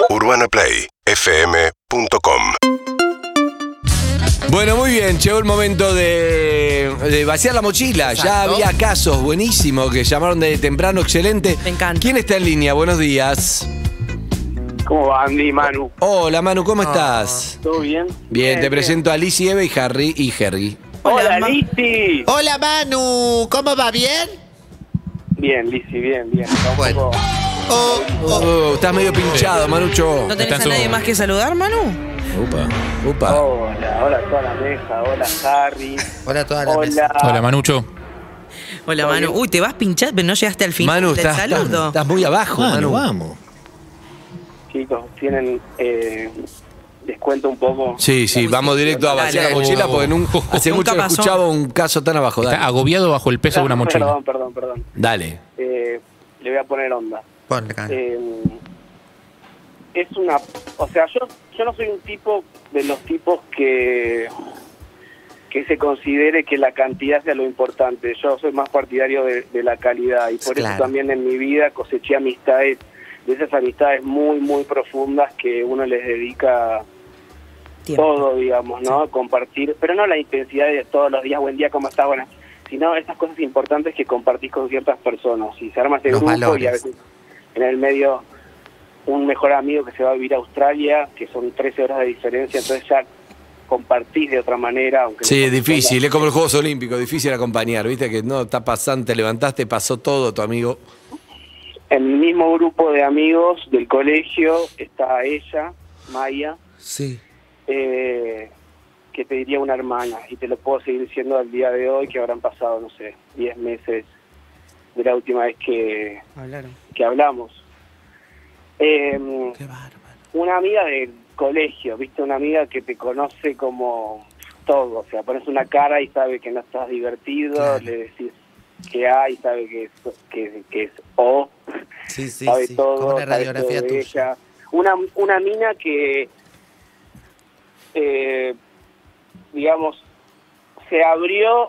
UrbanaPlayFM.com. Bueno, muy bien, llegó el momento de vaciar la mochila. Exacto. Ya había casos buenísimos que llamaron de temprano, excelente. Me encanta. ¿Quién está en línea? Buenos días. ¿Cómo va, Andy, Manu? Hola, Manu, ¿cómo estás? ¿Todo bien? Bien, te presento a Lizzy, Eva y Harry y Jerry. Hola, Ma- Lizzy. Hola, Manu. ¿Cómo va? ¿Bien? Bien, Lizzy, bien. Está un Bueno. poco- Estás medio pinchado, Manucho. ¿No tenés Está a en nadie su- más que saludar, Manu? Upa. Hola a toda la mesa. Hola, Harry. Hola a toda la mesa. Hola, Manucho. Hola, Manu. Uy, te vas pinchado, pero no llegaste al final Manu, del estás saludo. muy abajo, Manu. Vamos. Chicos, tienen descuento un poco. Sí, vamos directo a vaciar la Dale. mochila porque hace Nunca mucho que pasó. escuchaba un caso tan abajo. Dale. Está agobiado bajo el peso de una mochila. Perdón. Dale. Le voy a poner onda. Ponle acá. Es una... O sea, yo no soy un tipo de los tipos que se considere que la cantidad sea lo importante. Yo soy más partidario de la calidad y por Claro. eso también en mi vida coseché amistades, de esas amistades muy, muy profundas que uno les dedica Tiempo. todo, digamos, ¿no? Compartir, pero no la intensidad de todos los días, buen día, ¿cómo estás? Buenas, sino esas cosas importantes que compartís con ciertas personas. Y se arma ese Los grupo valores. y a veces en el medio un mejor amigo que se va a vivir a Australia, que son 13 horas de diferencia, entonces ya compartís de otra manera. Aunque Sí, no es difícil, corresponda. es como los Juegos Olímpicos, difícil acompañar, viste que no, está pasando, te levantaste, pasó todo, tu amigo. En mi mismo grupo de amigos del colegio está ella, Maya, Sí. que te diría una hermana, y te lo puedo seguir diciendo al día de hoy, que habrán pasado, no sé, 10 meses de la última vez que hablamos. Qué bárbaro. Una amiga del colegio, viste, una amiga que te conoce como todo, o sea, pones una cara y sabe que no estás divertido, Claro. le decís que A y sabe que es O, Sí, sabe sí. todo, Como una sabe radiografía todo de tuya. ella. Una mina que, digamos, se abrió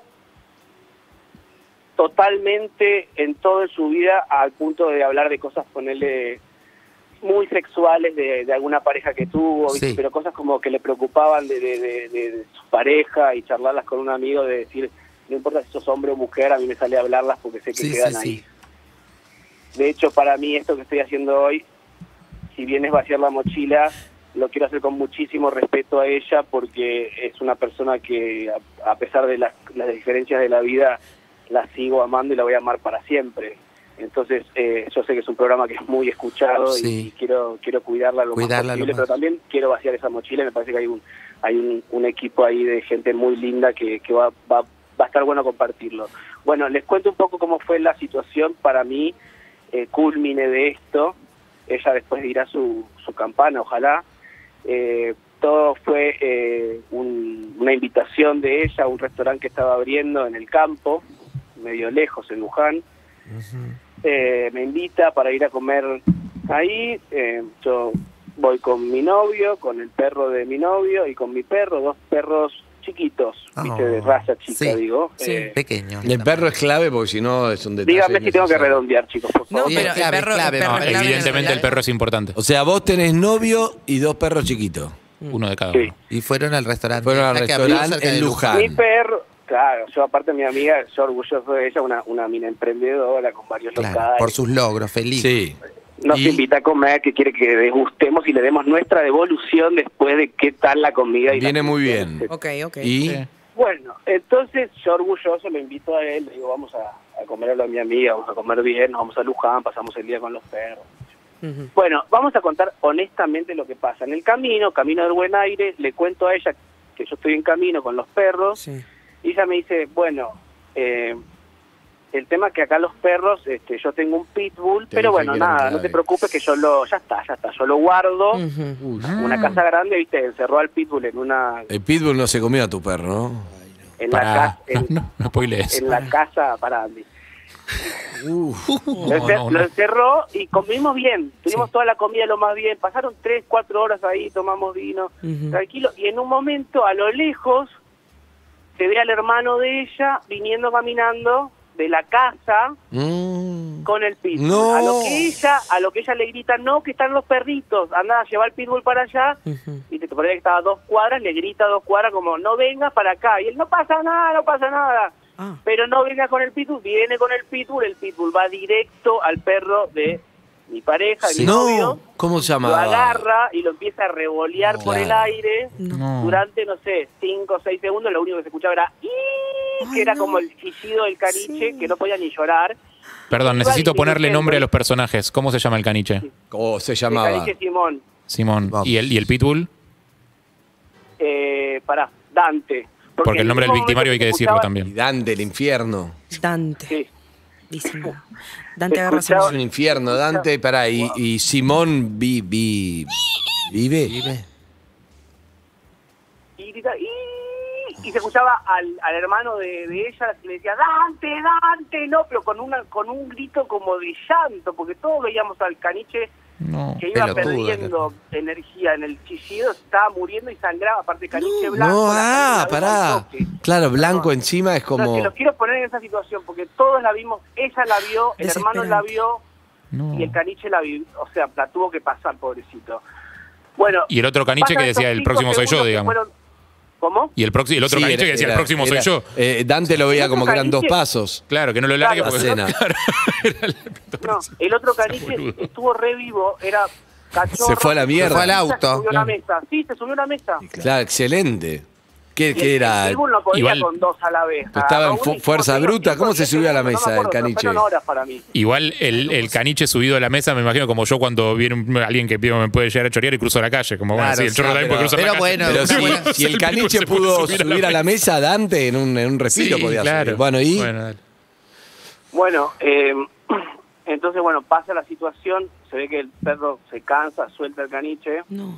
totalmente en toda su vida al punto de hablar de cosas, ponerle muy sexuales de alguna pareja que tuvo, ¿viste? Sí. Pero cosas como que le preocupaban de su pareja y charlarlas con un amigo, de decir, no importa si sos hombre o mujer, a mí me sale a hablarlas porque sé que Sí, quedan sí, ahí. sí. De hecho, para mí esto que estoy haciendo hoy, si bien es vaciar la mochila, lo quiero hacer con muchísimo respeto a ella porque es una persona que, a pesar de las diferencias de la vida, la sigo amando y la voy a amar para siempre. Entonces, yo sé que es un programa que es muy escuchado Sí. y quiero cuidarla lo Cuidarla más lo posible, más. pero también quiero vaciar esa mochila y me parece que hay un equipo ahí de gente muy linda que va a estar bueno compartirlo. Bueno, les cuento un poco cómo fue la situación para mí, culmine de esto. Ella después dirá su campana, ojalá. Todo fue una invitación de ella a un restaurante que estaba abriendo en el campo, medio lejos, en Luján. Me invita para ir a comer ahí. Yo voy con mi novio, con el perro de mi novio y con mi perro, 2 perros chiquitos, ¿viste? De raza chica, Sí. digo. Sí. Pequeño. El perro es clave porque si no es un detalle. Dígame si tengo que innecesario. redondear, chicos, por No, favor. Bien, pero clave, el perro, clave, el perro no, es clave. Evidentemente el perro es importante. O sea, vos tenés novio y 2 perros chiquitos. Uno de cada Sí. uno. Y fueron al restaurante. Fueron al que abrió restaurante cerca en de Luján. Mi perro, claro, yo aparte mi amiga, yo orgulloso de ella, una mina emprendedora con varios Claro, locales. por sus logros, feliz. Sí. Nos Y- invita a comer, que quiere que degustemos y le demos nuestra devolución después de qué tal la comida. Y Viene la muy función, bien. etc. Ok. Y Sí. Bueno, entonces yo orgulloso lo invito a él, le digo, vamos a comer a lo de mi amiga, vamos a comer bien, nos vamos a Luján, pasamos el día con los perros. Ujú. Bueno, vamos a contar honestamente lo que pasa. En el camino del Buen Aire, le cuento a ella que yo estoy en camino con los perros, Sí. y ella me dice, bueno, el tema es que acá los perros, yo tengo un pitbull, Te pero dije bueno, que eran nada, no clave. te preocupes que ya está, yo lo guardo, Ujú. una casa grande, viste, encerró al pitbull en el pitbull no se comió a tu perro, ¿no? la Para. casa, No spoilees. en la casa para Andy. No. Lo encerró y comimos bien, tuvimos toda la comida lo más bien, pasaron 3-4 horas ahí, tomamos vino, Ujú. tranquilo, y en un momento a lo lejos se ve al hermano de ella viniendo caminando de la casa con el pitbull. No. A lo que ella le grita, no, que están los perritos, anda a llevar el pitbull para allá. Y te parece que estaba a 2 cuadras, le grita a 2 cuadras como, no vengas para acá. Y él, no pasa nada. Pero no venga con el pitbull, viene con el pitbull va directo al perro de mi pareja, de mi novio. ¿Cómo se Lo llamaba? agarra y lo empieza a revolear por el aire durante, no sé, 5 o 6 segundos. Lo único que se escuchaba era que era como el chillido del caniche, que no podía ni llorar. Perdón, necesito ponerle nombre a los personajes. ¿Cómo se llama el caniche? ¿Cómo se El llamaba? caniche Simón. Simón. Vamos. ¿Y el pitbull? Dante. Porque el nombre del victimario hay que decirlo Y también. Dante, el infierno. Dante. Sí. Dísimo. Dante agarra Escuchaba- Es Simón. un infierno, Dante, pará. Y Simón vive. Y grita, y se escuchaba al hermano de ella que le decía, Dante, no, pero con un grito como de llanto, porque todos veíamos al caniche No. que iba Pelotudo, perdiendo energía en el chillido, estaba muriendo y sangraba, aparte caniche blanco. No, la pará. al toque. Claro, blanco encima es No, como... te lo quiero poner en esa situación, porque todos la vimos, ella la vio, el hermano la vio, No. y el caniche la vio, o sea, la tuvo que pasar, pobrecito. Bueno. Y el otro caniche pasan que decía, estos el próximo 5 soy yo, segundos que digamos. ¿Cómo? Y el otro Sí, caniche que decía, el próximo soy yo. Dante lo veía El otro como que eran 2 caniche- pasos. Claro, que no lo largue Claro, porque... la cena. Claro, era el- No, el otro caniche boludo. estuvo re vivo, era cachorro. Se fue a la mierda. Se fue al Se auto. subió a la mesa. Sí, se subió a la mesa. Claro, excelente. Y ¿Qué era? El pitbull no podía Igual- con 2 a la vez. Estaba en Agarró uno y fuerza corrió bruta. 5 ¿Cómo se 10 subió a la segundos, mesa no me el acuerdo, caniche? fueron horas para mí. Igual el caniche subido a la mesa, me imagino como yo cuando viene alguien que me puede llegar a chorear y cruzo la calle. Como bueno, Claro, sí, el chorro sí, también puede cruzar pero la bueno, calle. Pero Bueno, si el pitbull caniche se puede pudo subir a la mesa, Dante en un respiro Sí, podía claro. subir. Bueno, ¿y? Bueno, dale. Bueno, entonces, pasa la situación, se ve que el perro se cansa, suelta el caniche No.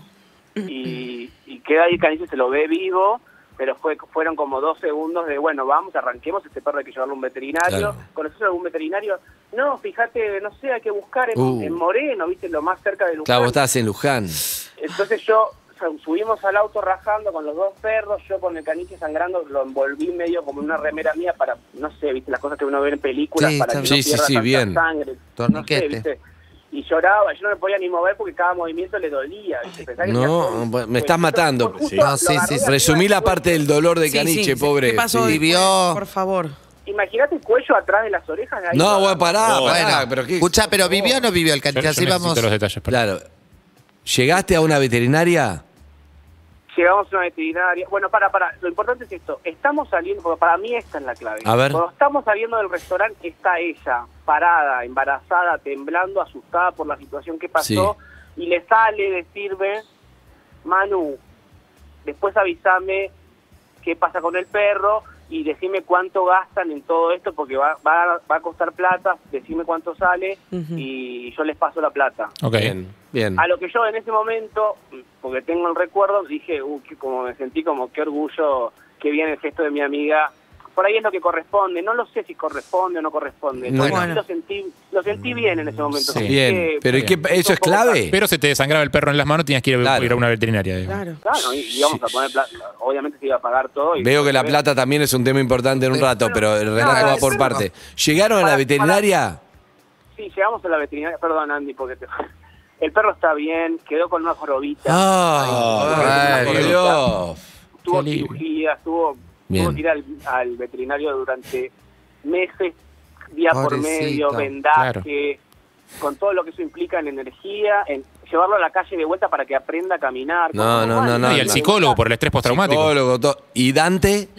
y queda ahí el caniche, se lo ve vivo, pero fueron como 2 segundos de, vamos, arranquemos, este perro hay que llevarlo a un veterinario. Claro. ¿Conoces algún veterinario? No, fíjate, no sé, hay que buscar en Moreno, viste, lo más cerca de Luján. Claro, vos estabas en Luján. Entonces subimos al auto rajando con los 2 perros, yo con el caniche sangrando, lo envolví medio como en una remera mía para, no sé, viste, las cosas que uno ve en películas, Sí, para está que bien. no Sí, pierda sí, tanta bien. sangre. Torniquete. No sé, viste. Y lloraba, yo no me podía ni mover porque cada movimiento le dolía. ¿viste? Pensaba que tenía No, COVID. me estás matando. Justo Sí. lo No, sí, agarré sí, de sí. arriba Resumí del la parte cuello. del dolor de Sí, caniche, sí. pobre. ¿Qué pasó? Sí. Vivió. Por favor. Imagínate el cuello atrás de las orejas. Ahí No, bueno, pará, Bueno, pero ¿qué? escucha, pero ¿vivió o no vivió el Yo caniche? Así necesito vamos. los detalles. perdón. Claro. ¿Llegaste a una veterinaria? Llegamos a una veterinaria. Bueno, para. Lo importante es esto. Estamos saliendo, porque para mí esta es la clave. A ver. Cuando estamos saliendo del restaurante, está ella, parada, embarazada, temblando, asustada por la situación que pasó. Y le sale decirme, Manu, después avísame qué pasa con el perro y decime cuánto gastan en todo esto, porque va a costar plata, decime cuánto sale y yo les paso la plata. Ok. Bien. A lo que yo en ese momento, porque tengo el recuerdo, dije, como me sentí como qué orgullo, qué bien el gesto de mi amiga. Por ahí es lo que corresponde, no lo sé si corresponde o no corresponde. Bueno. Pero sí lo sentí bien en ese momento. Sí. Sentí Bien. que- ¿Pero ¿y qué, eso es clave? Pero se te desangraba el perro en las manos, tenías que ir, Claro. ir a una veterinaria. digamos. Claro. Claro, y íbamos a poner plata, obviamente se iba a pagar todo. Y Veo que la plata también es un tema importante en un rato, pero el relato va por parte. ¿Llegaron a la veterinaria? Sí, llegamos a la veterinaria, perdón Andy, porque el perro está bien, quedó con una jorobita. ¡Ah! Ay, ¡Por Dios! Tuvo qué alivio. cirugía, tuvo Bien. que ir al veterinario durante meses, día por Pobrecito. medio, vendaje, con todo lo que eso implica en energía, en llevarlo a la calle de vuelta para que aprenda a caminar. No, Y al psicólogo por el estrés postraumático. Psicólogo, todo. ¿Y Dante?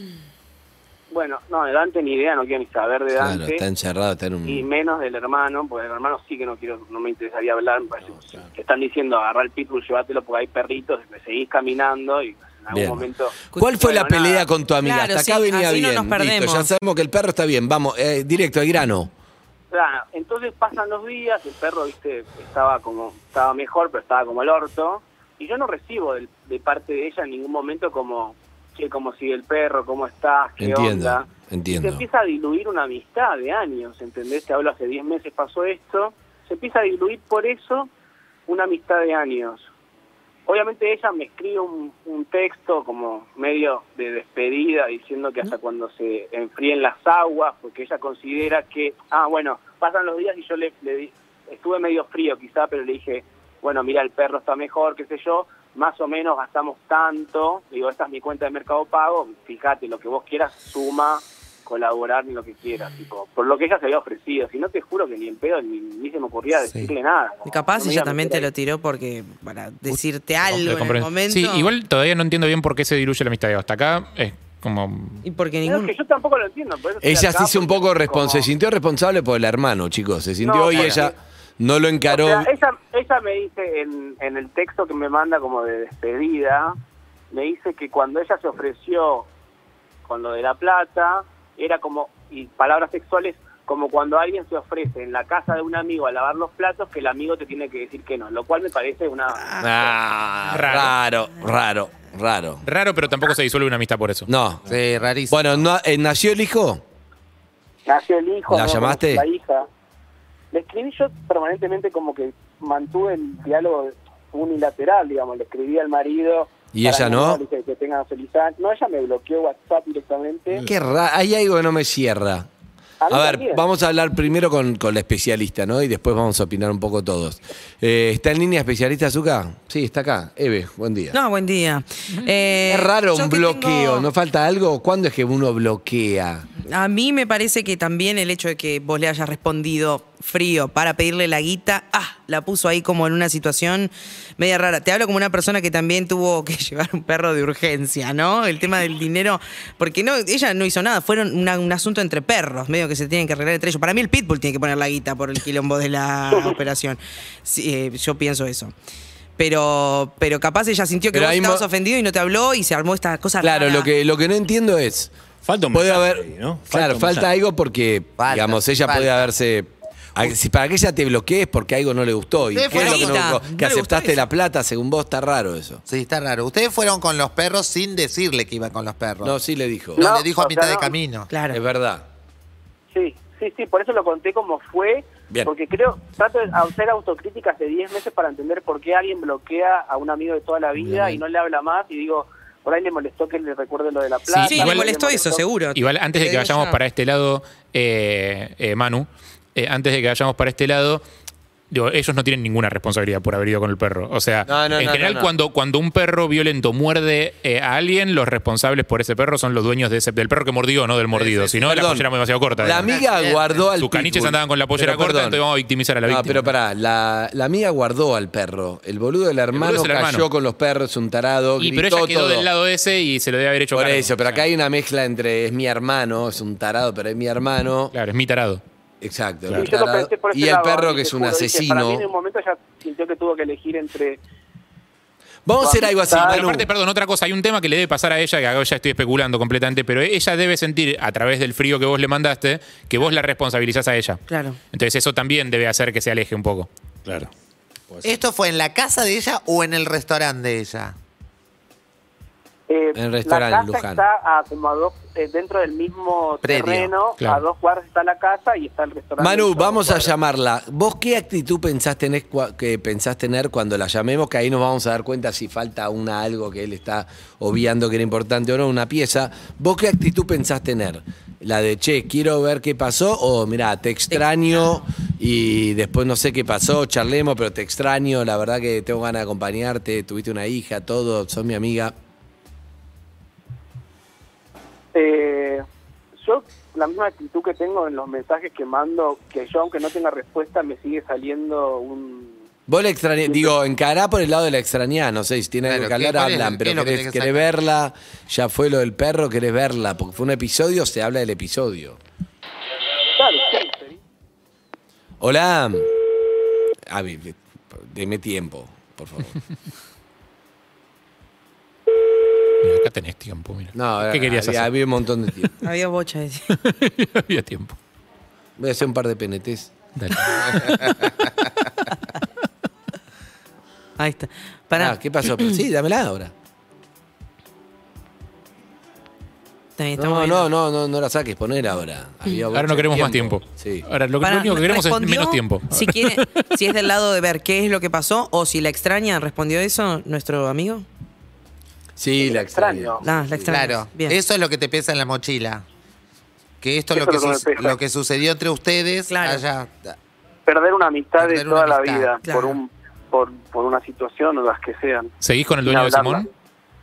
Bueno, no, de Dante ni idea, no quiero ni saber de Claro, Dante. está encerrado, está en Y un... menos del hermano, porque el hermano sí que no me interesaría hablar. Me parece que están diciendo agarrar el pitbull, llévatelo porque hay perritos, me seguís caminando y en algún Bien. momento... ¿Cuál fue la Bueno, pelea nada. con tu amiga? Claro, Hasta acá sí, venía así no bien. nos perdemos. Listo, ya sabemos que el perro está bien. Vamos, directo al grano. Claro, entonces pasan los días, el perro, viste, estaba mejor, pero estaba como el orto, y yo no recibo de parte de ella en ningún momento como, che, cómo sigue el perro, cómo estás, qué onda. Y se Entiendo. empieza a diluir una amistad de años, ¿entendés? Te hablo, hace 10 meses pasó esto, se empieza a diluir por eso una amistad de años. obviamente ella me escribe un texto como medio de despedida diciendo que hasta cuando se enfríen las aguas, porque ella considera que, bueno, pasan los días y yo le estuve medio frío quizá, pero le dije, bueno, mira, el perro está mejor, qué sé yo, más o menos gastamos tanto, digo, esta es mi cuenta de Mercado Pago, fíjate, lo que vos quieras suma, colaborar ni lo que quieras, tipo, por lo que ella se había ofrecido, si no te juro que ni en pedo ni se me ocurría decirle nada. Y capaz No me ella iba a también meter te ahí. lo tiró porque para decirte algo en el Comprendo. momento. Sí, igual todavía no entiendo bien por qué se diluye la amistad. Hasta acá es como... Y porque Pero ningún... es que yo tampoco lo entiendo. Por eso estoy Ella acá, sí se un porque poco es como- se sintió responsable por el hermano, chicos. Se sintió No, y porque- ella no lo encaró. O sea, ella me dice en el texto que me manda como de despedida, me dice que cuando ella se ofreció con lo de la plata, era como, y palabras sexuales, como cuando alguien se ofrece en la casa de un amigo a lavar los platos, que el amigo te tiene que decir que no, lo cual me parece una... Raro. Raro, pero tampoco se disuelve una amistad por eso. No. Sí, rarísimo. Bueno, ¿nació el hijo? Nació el hijo, ¿La ¿no? llamaste? La hija. Le escribí yo permanentemente como que mantuve el diálogo unilateral, digamos, le escribí al marido... ¿Y para ella no? le dije que tengan feliz año. No, ella me bloqueó WhatsApp directamente. Qué raro. Hay algo que no me cierra. A mí A ver, también. vamos a hablar primero con la especialista, ¿no? Y después vamos a opinar un poco todos. ¿Está en línea especialista, Azúcar? Sí, está acá. Eve, buen día. No, buen día. Es raro yo un que bloqueo, tengo- ¿no falta algo? ¿Cuándo es que uno bloquea? A mí me parece que también el hecho de que vos le hayas respondido frío para pedirle la guita, la puso ahí como en una situación media rara. Te hablo como una persona que también tuvo que llevar un perro de urgencia, ¿no? El tema del dinero, porque no, ella no hizo nada, fueron un asunto entre perros, medio que se tienen que arreglar entre ellos. Para mí el pitbull tiene que poner la guita por el quilombo de la operación. Sí, yo pienso eso. Pero capaz ella sintió que Pero vos ahí estabas mo- ofendido y no te habló y se armó esta cosa Claro, rara. lo que no entiendo es. Falta un Puede mensaje haber. ahí, ¿no? Claro, un falta mensaje. algo porque, Falta, digamos, ella falta. puede haberse. Si para que ella te bloquee es porque algo no le gustó. ¿Y qué Ustedes es lo que no fueron- le gustó? ¿No Que le gustó aceptaste eso? la plata, según vos, está raro eso. Sí, está raro. Ustedes fueron con los perros sin decirle que iban con los perros. No, sí le dijo. No, No, le dijo a o mitad sea, de no. camino. Claro. Es verdad. Sí, por eso lo conté como fue, Bien. porque trato de hacer autocríticas de 10 meses para entender por qué alguien bloquea a un amigo de toda la vida Bien. y no le habla más, y digo, por ahí le molestó que le recuerde lo de la plata. Sí, igual le molestó eso, seguro. Igual antes de Te que digo vayamos ya. para este lado, Manu, antes de que vayamos para este lado, digo, ellos no tienen ninguna responsabilidad por haber ido con el perro. O sea, No, en general, cuando un perro violento muerde a alguien, los responsables por ese perro son los dueños del perro que mordió, no del mordido. Si no, la Perdón. pollera es demasiado corta. La digamos. amiga guardó al Sus caniches pitbull. andaban con la pollera Pero, corta, perdón. entonces vamos a victimizar a la No, víctima. pero pará, la amiga guardó al perro. El boludo del hermano es el cayó hermano. con los perros, un tarado, Y pero gritó ella quedó todo. del lado ese y se lo debe haber hecho Por cargo. eso, pero O sea, acá hay una mezcla entre es mi hermano, es un tarado, pero es mi hermano. Claro, es mi tarado. Exacto. Claro. un Y yo lo tarado. pensé por ese Y el lado, perro y que te es un juro, dije, asesino. para mí en un momento ya sintió que tuvo que elegir entre... Vamos a hacer algo así, Claro. Pero Manu. aparte, perdón, otra cosa, hay un tema que le debe pasar a ella, que acá ya estoy especulando completamente, pero ella debe sentir, a través del frío que vos le mandaste, que vos la responsabilizás a ella. Claro. Entonces eso también debe hacer que se aleje un poco. Claro. ¿Esto fue en la casa de ella o en el restaurante de ella? En el restaurante, la casa Luján. está como a dos, dentro del mismo Predio, terreno, claro. a 2 cuadras está la casa y está el restaurante. Manu, a 2 vamos a cuadras. llamarla. ¿Vos qué actitud pensás tener cuando la llamemos? Que ahí nos vamos a dar cuenta si falta algo que él está obviando que era importante o no, una pieza. ¿Vos qué actitud pensás tener? ¿La de, che, quiero ver qué pasó? O, mirá, te extraño y después no sé qué pasó, charlemos, pero te extraño, la verdad que tengo ganas de acompañarte, tuviste una hija, todo, sos mi amiga. Yo, la misma actitud que tengo en los mensajes que mando, que yo aunque no tenga respuesta me sigue saliendo un... Vos la extrañás, digo, encará por el lado de la extrañá, no sé, si tiene algo que Claro, hablar, ¿cuál es- hablan, qué pero es lo que querés tenés que querés sacar? verla, ya fue lo del perro, querés verla, porque fue un episodio, se habla del episodio. Claro, sí, sí. Hola. Avi, deme tiempo, por favor. Mira, acá tenés tiempo, mira. No, ¿Qué querías hacer? había un montón de tiempo. Había bocha. Había tiempo. Voy a hacer un par de PNTs. Dale. Ahí está. Pará. Ah, ¿qué pasó? Sí, dámela ahora. También No, estamos no, viendo. no la saques, poner ahora. Ahora no queremos más tiempo. Sí. Ahora lo Pará, único que queremos es ¿respondió? menos tiempo. Si es del lado de ver qué es lo que pasó o si la extraña, ¿respondió eso nuestro amigo? Sí, la extraño. La extraña. Claro, Bien. eso es lo que te pesa en la mochila. Que esto es Eso lo es lo que me pesa. lo que sucedió entre ustedes Claro. haya... Perder una amistad Perder de toda una la amistad, vida claro. por una situación o las que sean. ¿Seguís con el Sin dueño de hablarla. Simón?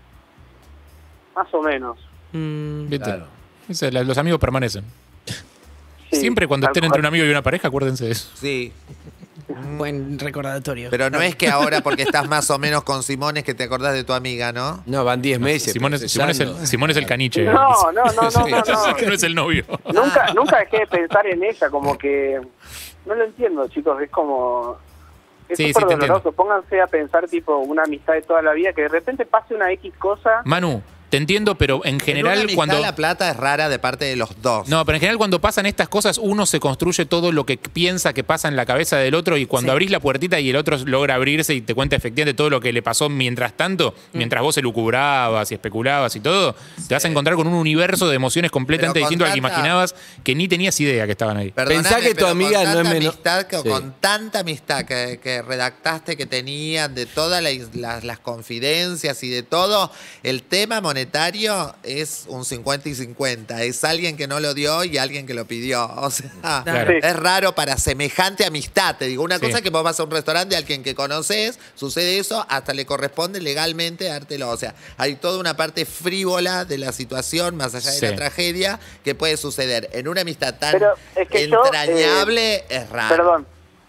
Más o menos. ¿Viste? Claro. Los amigos permanecen. Sí, Siempre cuando tal estén entre cual. un amigo y una pareja, acuérdense de eso. Sí, Buen recordatorio. pero no es que ahora porque estás más o menos con Simón es que te acordás de tu amiga, ¿no? No, van 10 meses. Simón es, procesando. Simón es el caniche. No, no, no, no, no, no. Que no es el novio. Nunca dejé de pensar en ella, como que... No lo entiendo, chicos, es como... Es Sí, súper sí, te doloroso. Pónganse a pensar, tipo, una amistad de toda la vida, que de repente pase una X cosa... Manu, te entiendo, pero en En una general amistad cuando... la plata es rara de parte de los dos. No, pero en general cuando pasan estas cosas, uno se construye todo lo que piensa que pasa en la cabeza del otro y cuando Sí. abrís la puertita y el otro logra abrirse y te cuenta efectivamente todo lo que le pasó mientras tanto, mientras vos elucubrabas y especulabas y todo, te vas a encontrar con un universo de emociones completamente Pero con distinto al que tanta- imaginabas que ni tenías idea que estaban ahí. Perdóname, Pensá que tu pero amiga con no es tanta menor- amistad Sí. con tanta amistad que redactaste que tenían de todas las confidencias y de todo, el tema monetario es un 50 y 50. Es alguien que no lo dio y alguien que lo pidió. O sea, Claro. Sí. es raro para semejante amistad. Te digo, una Sí. cosa es que vos vas a un restaurante de alguien que conoces, sucede eso, hasta le corresponde legalmente dártelo. O sea, hay toda una parte frívola de la situación, más allá de Sí. la tragedia, que puede suceder. En una amistad tan Pero es que yo, entrañable, es raro. Perdón.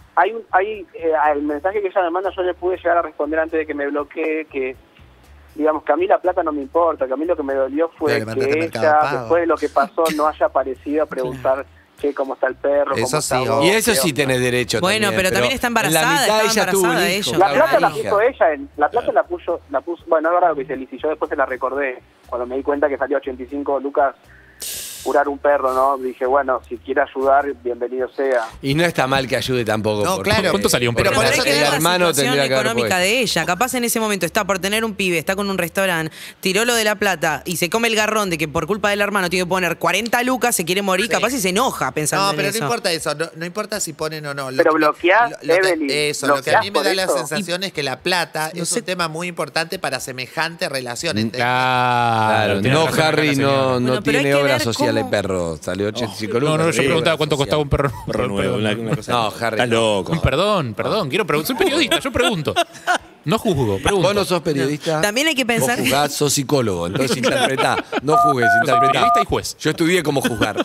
El mensaje que ella me manda yo le pude llegar a responder antes de que me bloquee, que digamos que a mí la plata no me importa, que a mí lo que me dolió fue Pero levantaste que Mercado ella, Pago. después de lo que pasó, no haya aparecido a preguntar che, cómo está el perro, Eso cómo está sí, vos, Y eso qué sí onda. tenés derecho Bueno, pero también está embarazada, En la mitad estaba ella tuvo un embarazada hijo. ella. La plata la hija. puso ella, la plata la puso, bueno, es verdad lo que dice Lizy, yo después se la recordé, cuando me di cuenta que salió 85 lucas curar un perro, ¿no? Dije, bueno, si quiere ayudar, bienvenido sea. Y no está mal que ayude tampoco. No, porque- claro. ¿Cuánto salió un Pero perro? por Pero eso hay que te ver digo, la hermano situación tendría que haber económica puesto. de ella. Capaz en ese momento está por tener un pibe, está con un restaurante, tiró lo de la plata y se come el garrón de que por culpa del hermano tiene que poner 40 lucas, se quiere morir, Sí. capaz y se enoja pensando No, en pero eso. no importa eso, no importa si ponen o no. Pero bloqueás, Evelyn, Eso, lo que a mí me bloqueás da por la eso. sensación es que la plata No es sé. un tema muy importante para semejante relación. ¿entendés? Claro, tenés no, razón acá, Harry señora. no Bueno, pero hay tiene que obra ver social cómo- el perro. Salió 85 lucas. No, yo Sí, preguntaba obra cuánto costaba un social. perro. Perro nuevo, una cosa. No, Harry. Estás loco. Perdón, quiero preguntar. Soy periodista, yo pregunto. No juzgo, pregunto. Vos no sos periodista. También hay que pensar- Vos juzgás, sos psicólogo. Entonces interpretá. No juzgues, soy interpretá. periodista y juez. Yo estudié cómo juzgar.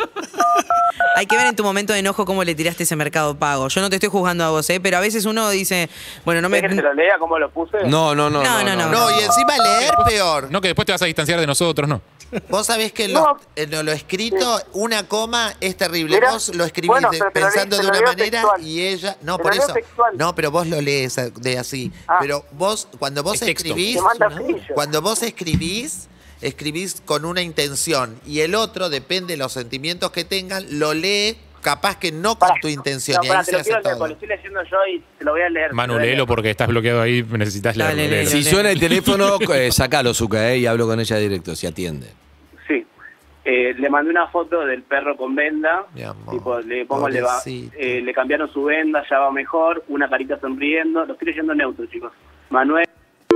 Hay que ver en tu momento de enojo cómo le tiraste ese Mercado Pago. Yo no te estoy juzgando a vos, pero a veces uno dice, bueno, no me... ¿Querés que se lo lea cómo lo puse? No. No. No, y encima leer peor. No, que después te vas a distanciar de nosotros, no. Vos sabés que No. lo escrito, una coma es terrible. Mira, Vos lo escribís bueno, pero te lo pensando leo- de te una lo leo manera textual. y ella. No, Te por lo leo eso. textual. No, pero vos lo lees de así. Ah. Pero vos, cuando vos Es texto. escribís. Te manda brillo. Cuando vos escribís con una intención y el otro, depende de los sentimientos que tengan, lo lee capaz que no con Pará. tu intención. No, y pará, ahí te se lo hace quiero leer, todo. porque lo estoy leyendo yo y te lo voy a leer. Manu, Te lo voy a léelo leer. porque estás bloqueado ahí, necesitas Dale, leerlo. léelo. Si suena el teléfono, sacalo, Zucca, y hablo con ella directo, si atiende. Sí. Le mandé una foto del perro con venda. Mi amor, Tipo, le pongo pobrecito. le cambiaron su venda, ya va mejor, una carita sonriendo. Lo estoy leyendo neutro, chicos. Manuel,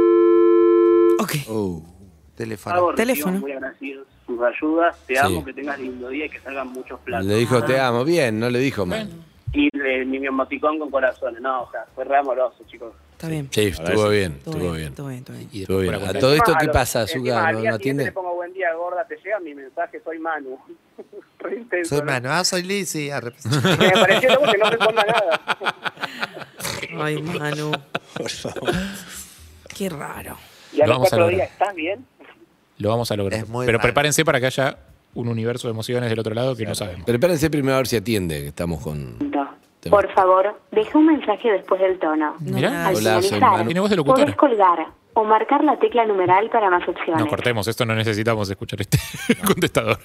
Ok. Teléfono. hago Teléfono. muy agradecidos sus ayudas. Te Sí. amo, que tengas lindo día y que salgan muchos platos. Le dijo, te amo. Bien, no le dijo mal. Y mi emoticón con corazones. No, o sea, fue re amoroso, chicos. Está bien. Sí, estuvo bien, Todo estuvo bien. Todo bien, todo bien. Y Estuvo después bien. para A todo esto, Encima, ¿qué a pasa, encima, Zucca? al ¿No día atiende? siguiente le pongo buen día, gorda, te llega mi mensaje, soy Manu. Re intenso, Soy ¿no? Manu. Soy Lizzy. Me pareció loco que no responda nada. Ay, Manu. Por favor. Qué raro. Y a Lo los vamos a 4 lograr. días, ¿estás bien? Lo vamos a lograr. Es muy Pero raro. prepárense para que haya un universo de emociones del otro lado que no sabemos. Pero espérense primero a ver si atiende, que estamos con... Por favor, deja un mensaje después del tono. Mirá. Al Hola, soy finalizar, Manu. Tiene voz de locutora. podés colgar o marcar la tecla numeral para más opciones. No, cortemos, esto no necesitamos escuchar este contestador.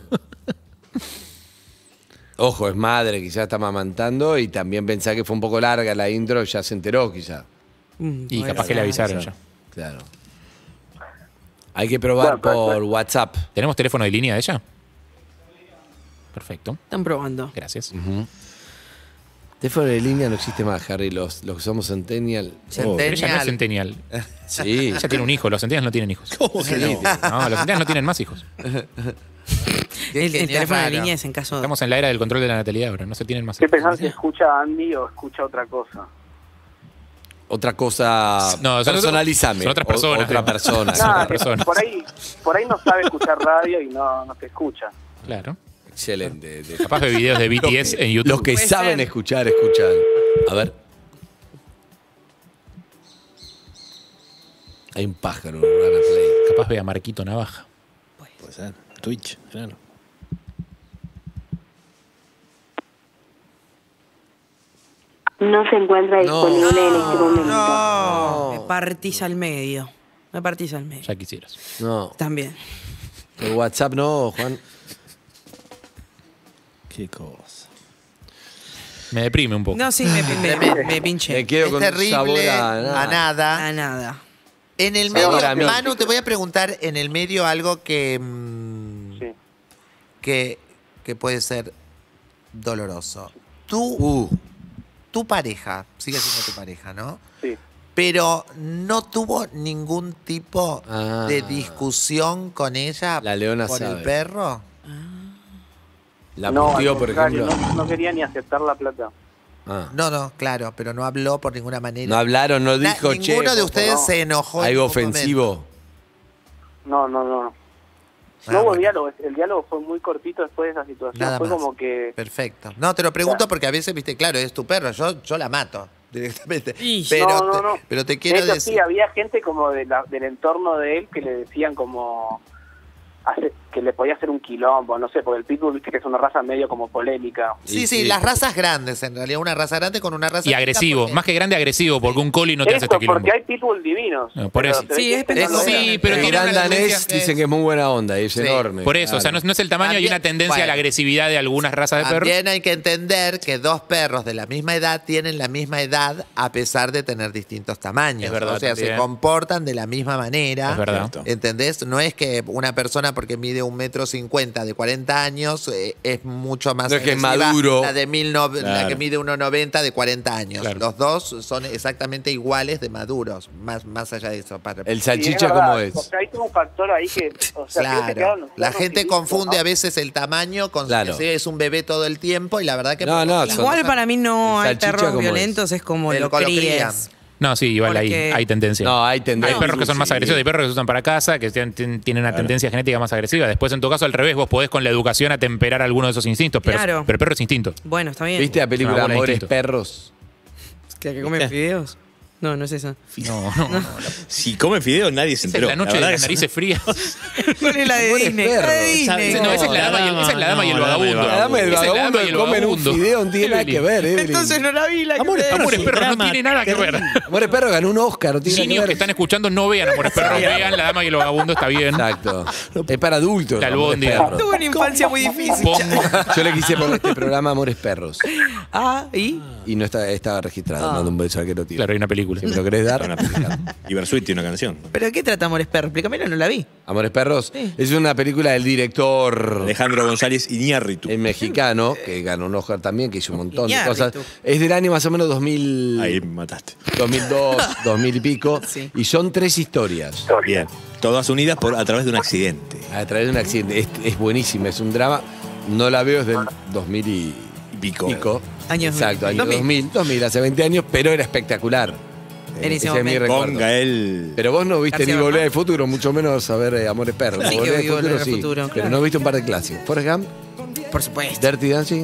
Ojo, es madre, quizás está amamantando y también pensá que fue un poco larga la intro, ya se enteró quizá. Y capaz que le avisaron ya. Claro. Hay que probar Bueno, pero- por WhatsApp. ¿Tenemos teléfono de línea de ella? Perfecto. Están probando. Gracias. Teléfono de línea no existe más, Harry. Los que somos Centennial. Pero ella no es Centennial. centennial. Sí. Ella tiene un hijo. Los centennials no tienen hijos. ¿Cómo que no? No, los centennials no tienen más hijos. El teléfono de raro. línea es en caso de... Estamos en la era del control de la natalidad ahora. No se tienen más ¿Qué hijos. pensás si escucha a Andy o escucha otra cosa? Otra cosa. No, son- personalizame. son otras personas, Otra ¿no? persona. Son Nada, otras personas. por ahí no sabe escuchar radio y no te escucha. Claro. Excelente. Capaz de videos de BTS en YouTube. Los que Puede saben ser. escuchar, escuchan. A ver. Hay un pájaro en Urbana Play. Capaz ve a Marquito Navaja. Puede ser. Twitch, claro. No se encuentra No. disponible en este momento. No. Me partís al medio. Me partís al medio. Ya quisieras. No. También. Por WhatsApp no, Juan. Qué cosa. Me deprime un poco. No, sí, me pinché. Me quedo Es con un sabor terrible, a nada. a nada. A nada. En el Sabor medio, a mí. Manu, te voy a preguntar en el medio algo que, Sí. que puede ser doloroso. Tú, tu pareja, sigue siendo tu pareja, ¿no? Sí. Pero no tuvo ningún tipo Ah. de discusión con ella La leona por sabe. el perro. La No, puteó, al por contrario, ejemplo. no quería ni aceptar la plata. Ah. No, claro, pero no habló por ninguna manera. No hablaron, no dijo, che. Ninguno de por ustedes favor. se enojó. en Algo ningún momento. ofensivo. No. Ah, No hubo bueno. diálogo. El diálogo fue muy cortito después de esa situación. Nada fue más. como que... Perfecto. No, te lo pregunto porque a veces, viste, claro, es tu perro. Yo la mato directamente. Y- Pero, no. pero te De quiero hecho, decir. sí, había gente como del entorno de él que le decían como... que le podía hacer un quilombo, no sé, porque el pitbull, viste que es una raza medio como polémica. Sí, Y sí, sí. las razas grandes, en realidad. Una raza grande con una raza Y chica, agresivo. porque- Más que grande, agresivo. Porque un collie no te hace Esto, este quilombo. porque hay pitbull divinos. No, por pero eso. se ve Sí, que es este pensado. no Sí, era. pero El tiene gran una danés tendencia- dicen que es muy buena onda y es Sí. enorme. Por eso, o sea, no es el tamaño, hay También- una tendencia a la bueno. agresividad de algunas razas de perros. También hay que entender que dos perros de la misma edad tienen la misma edad a pesar de tener distintos tamaños. Es verdad, o sea, también. se comportan de la misma manera. Es verdad. Cierto. ¿Entendés? No es que una persona porque mide 1,50 m de 40 años es mucho más No es que es agresiva, maduro. la la Claro. que mide 1,90 de 40 años. Claro. Los dos son exactamente iguales de maduros, más allá de eso. El Sí, salchicha, verdad. ¿cómo es? O sea, hay como un factor ahí que... O sea, creo que Claro, quedaron los la perros gente chiquitos, confunde ¿no? a veces el tamaño con Claro. que es un bebé todo el tiempo y la verdad que... No, no, son- Igual para mí no El hay salchicha, perros ¿cómo es? violentos, es como El lo colo críes. No, sí, igual Porque- hay tendencia. No, hay tendencia. Hay perros que son más Sí. agresivos, hay perros que se usan para casa, que tienen una tendencia genética más agresiva. Después, en tu caso, al revés, vos podés con la educación atemperar alguno de esos instintos, pero, Claro. pero el perro es instinto. Bueno, está bien. ¿Viste la película Una bola de Amores instinto. Perros? ¿Que comen fideos? No, no es esa. No. Si come fideos, nadie se Esa es enteró. la noche de verdad las que narices frías. ¿Cuál es la de Amores Disney? La de perros. Disney. No, esa es la dama y el vagabundo. La dama y el Esa es la vagabundo dama y que el comen un vagabundo. fideo, no tiene nada que ver, Evelyn. Entonces no la vi, la que Amores me- Perros. Amores un Perros no drama tiene nada que ver. Amores Perros ganó un Oscar, no tiene nada Niños que que ver. están escuchando no vean Amores Perros, vean La Dama y el Vagabundo, está bien. Exacto. Es para adultos. La Amores albóndiga. Perros. Tuve una infancia muy difícil. Yo le quise poner este programa Amores Perros. Ah, ¿y? Y no estaba registrado. Mando un beso al que lo tiene. Claro, hay una película. Si me lo querés dar. Y Versuit tiene una canción. ¿Pero de qué trata Amores Perros? Explícamelo, no la vi. Amores Perros Sí. es una película del director Alejandro González Iñárritu. el mexicano, que ganó un Oscar también, que hizo un montón de Iñárritu. cosas. Es del año más o menos 2000, Ahí me mataste. 2002, 2000 y pico. Sí. Y son 3 historias Bien. Todas unidas a través de un accidente. a través de un accidente. Es buenísima, es un drama. No la veo desde el 2000 y Pico. pico. Años Exacto, año 2000. 2000, hace 20 años, pero era espectacular. En ese Ese es mi momento. recuerdo. Ponga él. Pero vos no viste García ni Volver Bernal. al Futuro, mucho menos saber Amores Perros. Sí que Volver vi Volver al Futuro, Pero claro. no viste un par de clásicos. Forrest Gump, Por supuesto. Dirty Dancing.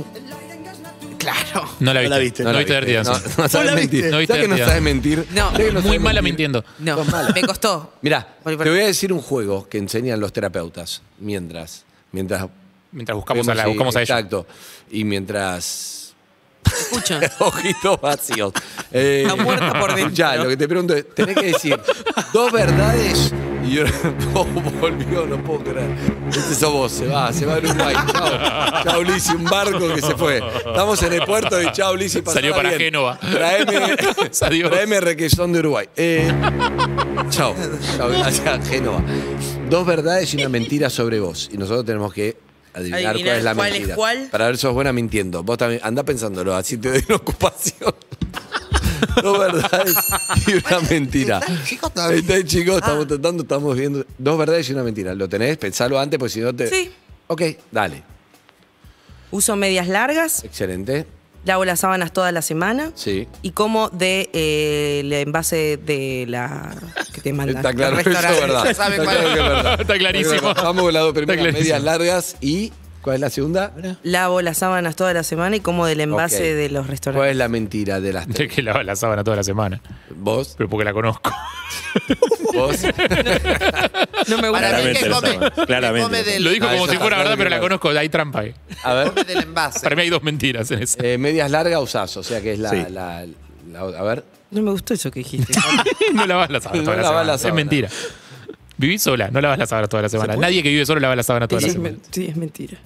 Claro. No la No la viste. viste. No viste Dirty No, Dancing. no sabes la mentir. viste. No viste ¿Sabes que no Dirty sabes mentir? No, ¿Sabes que no Muy sabes mala mentir? mintiendo. No, Sos mala. me costó. Mirá, Volver- te voy a decir un juego que enseñan los terapeutas mientras Mientras buscamos vemos, sí, buscamos a ella. Exacto. Y mientras Escucha. ojitos vacíos. Está muerta por dentro. Ya, lo que te pregunto es, tenés que decir 2 verdades Y volvió, no puedo creer. Este sos vos, se va a Uruguay. Chao, chao Lizzy, un barco que se fue. Estamos en el puerto y chao Lizzy, Salió para bien. Génova. Traeme requesón de Uruguay. Chao, gracias Génova. 2 verdades y una mentira sobre vos. Y nosotros tenemos que adivinar cuál es la cuál mentira. es cuál. Para ver si sos buena mintiendo. Vos también, andá pensándolo, así te doy una ocupación. 2 verdades y una mentira. ¿Están chicos todavía? Están chicos, estamos viendo. 2 verdades y una mentira. ¿Lo tenés? Pensalo antes, porque si no te. Sí. Ok, dale. Uso medias largas, Excelente. lavo las sábanas toda la semana. Sí. Y como de el envase de la que te mandan. Está claro, del eso es restaurante. verdad. ¿Saben Está cuál claro es? que es verdad. Está clarísimo. Vamos con las 2 primeras, clarísimo. medias largas y. ¿Cuál es la segunda? Lavo las sábanas toda la semana y como del envase Ok. de los ¿Cuál restaurantes. es la mentira de las De 3? que lava la sábana toda la semana. ¿Vos? Pero porque la conozco. ¿Vos? No me gusta. Para mí Claramente que lo come, sabe, claramente come lo sabe. del, Lo dijo Ah, como eso si está fuera claro verdad, que pero la claro. conozco. Hay trampa ahí. A ver. come del envase. Para mí hay 2 mentiras en eso. Medias largas usás, o sea que es Sí. a ver. No me gustó eso que dijiste. No lavas la sábana No toda la lavas semana. la Es sábana. mentira. Vivís sola, no lavas la sábana toda la semana. Nadie que vive solo lava la sábana toda la semana. Sí, es mentira.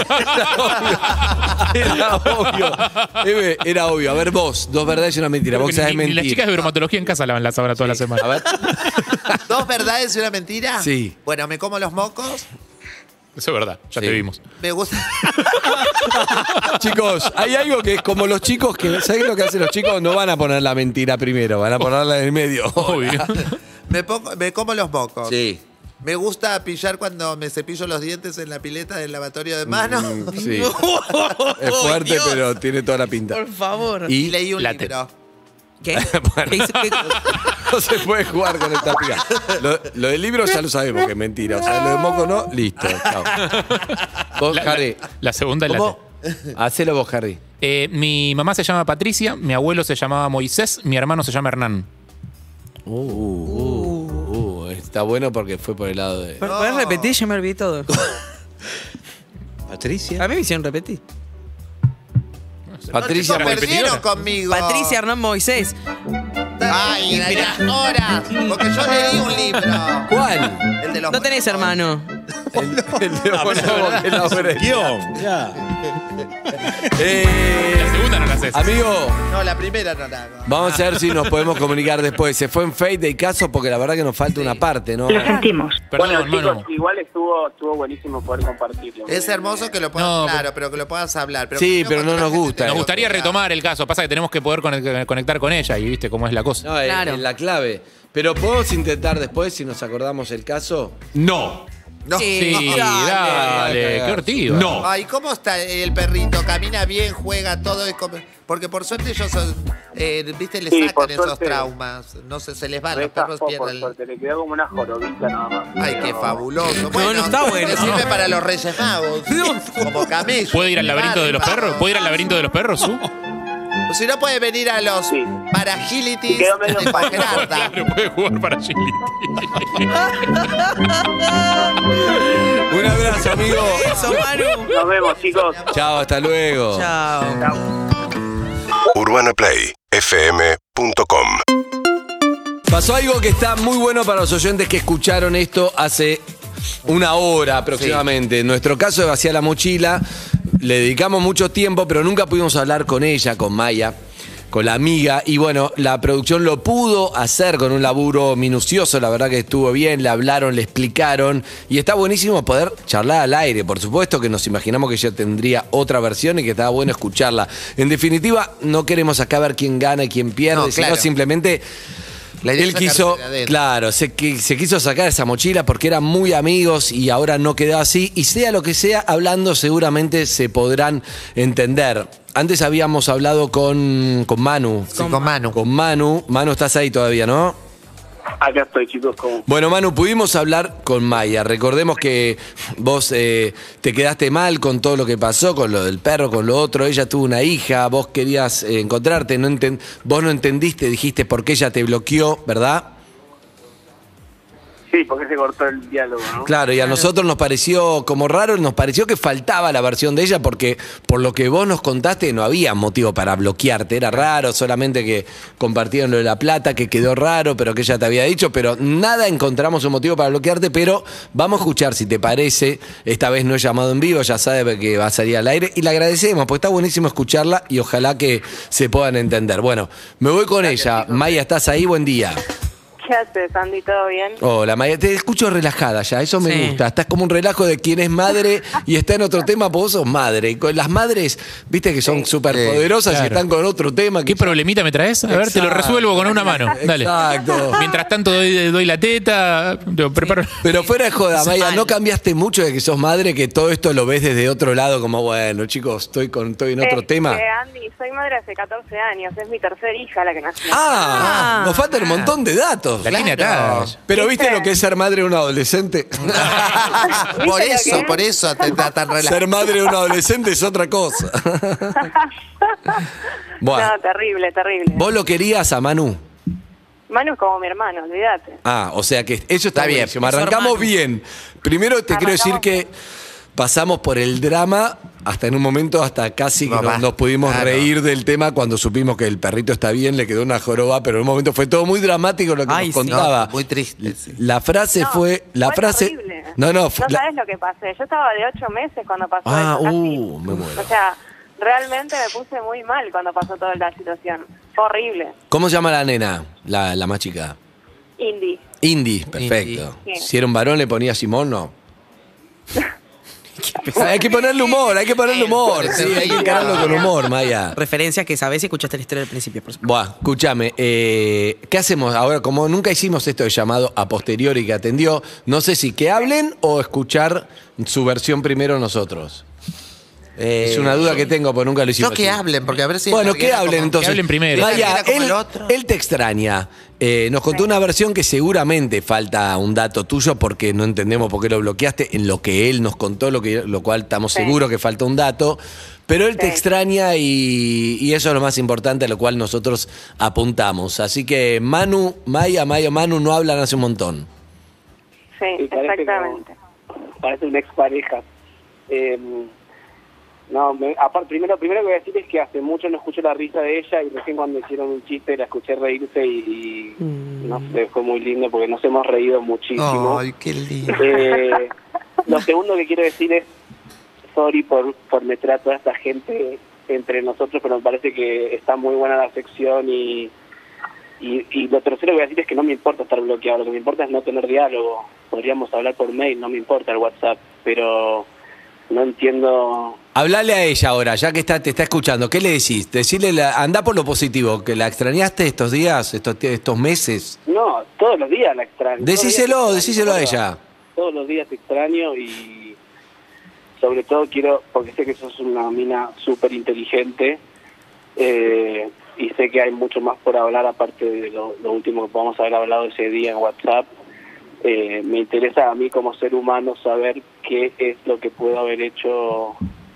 Era obvio. Eve, era obvio. A ver, vos, 2 verdades y una mentira. Vos Ni, sabés ni mentir. las chicas de bromatología en casa lavan la sábana toda la semana. A ver. 2 verdades y una mentira. Sí. Bueno, me como los mocos. Eso es verdad, ya Sí. te vimos. Me gusta. Chicos, hay algo que es como los chicos que. ¿Sabés lo que hacen los chicos? No van a poner la mentira primero, van a ponerla en el medio. Obvio. Me como los mocos. Sí. Me gusta pillar cuando me cepillo los dientes en la pileta del lavatorio de manos. Sí. Es fuerte, Dios. pero tiene toda la pinta. Por favor. Y Y leí un Late. libro. ¿Qué? Bueno. ¿Qué hizo? ¿Qué- no se puede jugar con esta pica. Lo del libro ya lo sabemos que es mentira. O sea, lo de moco no, listo. Chao. Vos, Harry. La segunda es ¿Cómo? Hacelo vos, Harry. Mi mamá se llama Patricia, mi abuelo se llamaba Moisés, mi hermano se llama Hernán. Está bueno porque fue por el lado de. ¿Podés repetir? Ya me olvidé todo. Patricia. A mí me hicieron repetir. Patricia Chicos, perdieron conmigo. Patricia Hernán Moisés. Ay, darías horas. Porque yo leí un libro. ¿Cuál? El de los No tenés hermano. El de que la obra. Guión. Ya. La segunda no la haces. Amigo, No, la primera no la hago. vamos a ver si nos podemos comunicar después. Se fue en Fade del caso porque la verdad que nos falta una parte, ¿no? Lo sentimos. Perdón, Bueno, hermano. chicos, igual estuvo buenísimo poder compartirlo. Es hermoso que lo puedas, No, claro, pero que lo puedas hablar. Pero Sí, que pero no con nos la gente gusta. te Nos lo gustaría diga. retomar el caso. Pasa que tenemos que poder conectar con ella y viste cómo es la cosa. No, Claro. es la clave. Pero podemos intentar después, si nos acordamos el caso. No. No. Sí, dale. dale, qué ortigo. No. Ay, ¿cómo está el perrito? ¿Camina bien? ¿Juega? Todo es como... Porque por suerte ellos son... viste, le Sí, sacan por esos suerte. traumas. No sé, se les van, los Resta perros por pierden... suerte, le quedó como una jorobita nada más. Ay, qué Pero- fabuloso. Bueno, no está bueno. le sirve para los Reyes Magos. Como camello. ¿Puede ir al laberinto de los perros? ¿Puede ir al laberinto de los perros, Su? O si no, puede venir a los Sí. Paragilitis Quedó medio de falso. Pajerarda. Claro, puede jugar para Chile. Un abrazo, amigo. Eso, Manu. Nos vemos, chicos. Chao, hasta luego. Chao. UrbanaPlayFM.com. Pasó algo que está muy bueno para los oyentes que escucharon esto hace una hora aproximadamente. En nuestro caso de Vacía la Mochila, le dedicamos mucho tiempo, pero nunca pudimos hablar con ella, con Maya, con la amiga. Y bueno, la producción lo pudo hacer con un laburo minucioso, la verdad que estuvo bien, le hablaron, le explicaron. Y está buenísimo poder charlar al aire. Por supuesto que nos imaginamos que ella tendría otra versión y que estaba bueno escucharla. En definitiva, no queremos acá ver quién gana y quién pierde, No, claro. sino simplemente... La idea Él es sacarte quiso, de adentro. claro, se quiso sacar esa mochila porque eran muy amigos y ahora no quedó así. Y sea lo que sea, hablando seguramente se podrán entender. Antes habíamos hablado con Manu. Sí, con Manu. Con Manu. Manu, estás ahí todavía, ¿no? Acá estoy, chicos. Como... Bueno, Manu, pudimos hablar con Maya. Recordemos que vos te quedaste mal con todo lo que pasó, con lo del perro, con lo otro. Ella tuvo una hija, vos querías encontrarte, vos no entendiste, dijiste por qué ella te bloqueó, ¿verdad? Sí, porque se cortó el diálogo, ¿no? Claro, y a nosotros nos pareció como raro, nos pareció que faltaba la versión de ella porque por lo que vos nos contaste no había motivo para bloquearte, era raro, solamente que compartieron lo de la plata, que quedó raro, pero que ella te había dicho, pero nada encontramos un motivo para bloquearte, pero vamos a escuchar si te parece, esta vez no he llamado en vivo, ya sabe que va a salir al aire, y le agradecemos, porque está buenísimo escucharla y ojalá que se puedan entender. Bueno, me voy con ella. Maya, ¿estás ahí? Buen día. ¿Qué haces, Andy? ¿Todo bien? Hola, Maya, te escucho relajada ya, eso me Sí. gusta. Estás como un relajo de quien es madre y está en otro tema, porque vos sos madre. Y con las madres, viste que son súper poderosas y Claro. están con otro tema. ¿Qué problemita me traes? A ver, te lo Exacto. resuelvo con una mano. Dale. Exacto. Mientras tanto doy la teta, lo preparo. Pero fuera de joda, Maya, Mal. ¿no cambiaste mucho de que sos madre, que todo esto lo ves desde otro lado? Como, bueno, chicos, estoy en otro tema. Andy, soy madre hace 14 años. Es mi tercera hija la que nació. Ah, nos faltan un montón de datos. La tiene atrás. Pero ¿viste lo que es ser madre de un adolescente? Por ¿Viste lo eso, que por eso te está tan relajado. Ser madre de un adolescente es otra cosa. Bueno, No, terrible, terrible. ¿vos lo querías a Manu? Manu es como mi hermano, olvídate. Ah, o sea que eso está bien. buenísimo. Es Arrancamos hermano. bien. Primero te quiero decir que pasamos por el drama hasta en un momento, hasta casi que Mamá, nos pudimos claro. reír del tema cuando supimos que el perrito está bien, le quedó una joroba, pero en un momento fue todo muy dramático lo que Ay, nos sí. contaba. Muy triste. Sí. La frase No, fue... La fue frase... terrible. No, No la- sabes lo que pasé. Yo estaba de 8 meses cuando pasó Ah, eso. casi. me muero. O sea, realmente me puse muy mal cuando pasó toda la situación. Fue horrible. ¿Cómo se llama la nena, la más chica? Indy. Indy, perfecto. Indy. Si era un varón le ponía Simón, no. Hay que ponerle humor, hay que ponerle humor. Sí, hay que encararlo con humor, Maya. Referencias que sabés y escuchaste la historia del principio, por supuesto. Buah, escúchame, ¿qué hacemos ahora? Como nunca hicimos esto de llamado a posteriori que atendió, no sé si que hablen o escuchar su versión primero nosotros. Es una duda que tengo, porque nunca lo hicimos. Yo que así. hablen, porque a ver si... Bueno, alguien que era hablen como- entonces. Que hablen primero. Maya, Era como el otro. él te extraña. Nos contó una versión que seguramente falta un dato tuyo porque no entendemos por qué lo bloqueaste en lo que él nos contó, lo cual estamos Sí. seguros que falta un dato. Pero él te Sí. extraña y eso es lo más importante a lo cual nosotros apuntamos. Así que Manu, Maya, Manu no hablan hace un montón. Sí, Sí, parece exactamente. Parece una expareja. No, aparte, primero que voy a decir es que hace mucho no escucho la risa de ella y recién cuando hicieron un chiste la escuché reírse y no sé, fue muy lindo porque nos hemos reído muchísimo. Ay, qué lindo. Lo segundo que quiero decir es sorry por meter a toda esta gente entre nosotros, pero me parece que está muy buena la sección y lo tercero que voy a decir es que no me importa estar bloqueado, lo que me importa es no tener diálogo. Podríamos hablar por mail, no me importa el WhatsApp, pero no entiendo. Hablale a ella ahora, ya que te está escuchando. ¿Qué le decís? Decirle, anda por lo positivo, que la extrañaste estos días, estos meses. No, todos los días la extraño. Decíselo a ella. Todos los días te extraño y sobre todo quiero, porque sé que sos una mina súper inteligente y sé que hay mucho más por hablar aparte de lo último que podamos haber hablado ese día en WhatsApp. Me interesa a mí como ser humano saber qué es lo que puedo haber hecho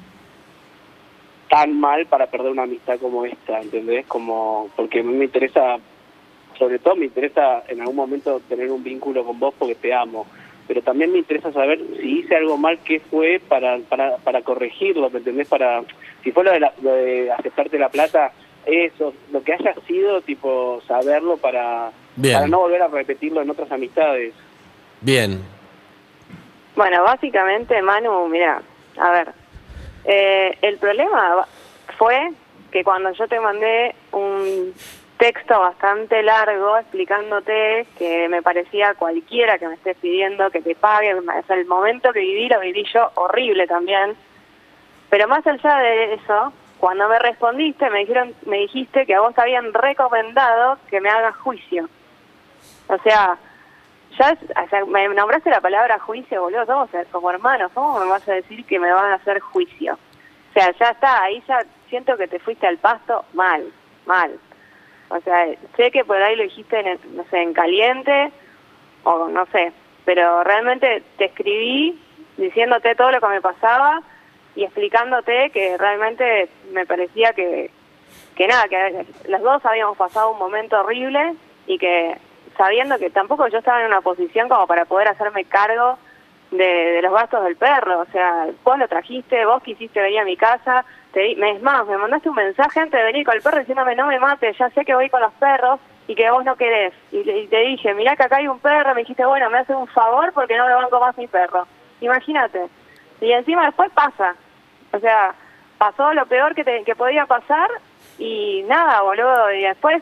tan mal para perder una amistad como esta, ¿entendés? Porque a mí me interesa, sobre todo me interesa en algún momento tener un vínculo con vos porque te amo, pero también me interesa saber si hice algo mal, qué fue para corregirlo, ¿me entendés? Si fue lo de aceptarte la plata, eso, lo que haya sido, tipo, saberlo para no volver a repetirlo en otras amistades. Bien. Bueno, básicamente, Manu, mira, a ver, el problema fue que cuando yo te mandé un texto bastante largo explicándote que me parecía cualquiera que me estés pidiendo que te pague, o sea, el momento que viví lo viví yo horrible también, pero más allá de eso, cuando me respondiste me dijiste que a vos te habían recomendado que me hagas juicio. O sea, me nombraste la palabra juicio, boludo, somos como hermanos, ¿cómo me vas a decir que me van a hacer juicio? O sea, ya está, ahí ya siento que te fuiste al pasto mal. O sea, sé que por ahí lo dijiste en caliente, o no sé, pero realmente te escribí diciéndote todo lo que me pasaba y explicándote que realmente me parecía que nada, que los dos habíamos pasado un momento horrible y que sabiendo que tampoco yo estaba en una posición como para poder hacerme cargo de los gastos del perro. O sea, vos lo trajiste, vos quisiste venir a mi casa, es más, me mandaste un mensaje antes de venir con el perro diciéndome no me mates, ya sé que voy con los perros y que vos no querés. Y te dije, mirá que acá hay un perro, me dijiste, bueno, me haces un favor porque no me banco más mi perro. Imagínate. Y encima después pasa. O sea, pasó lo peor que podía pasar y nada, boludo. Y después,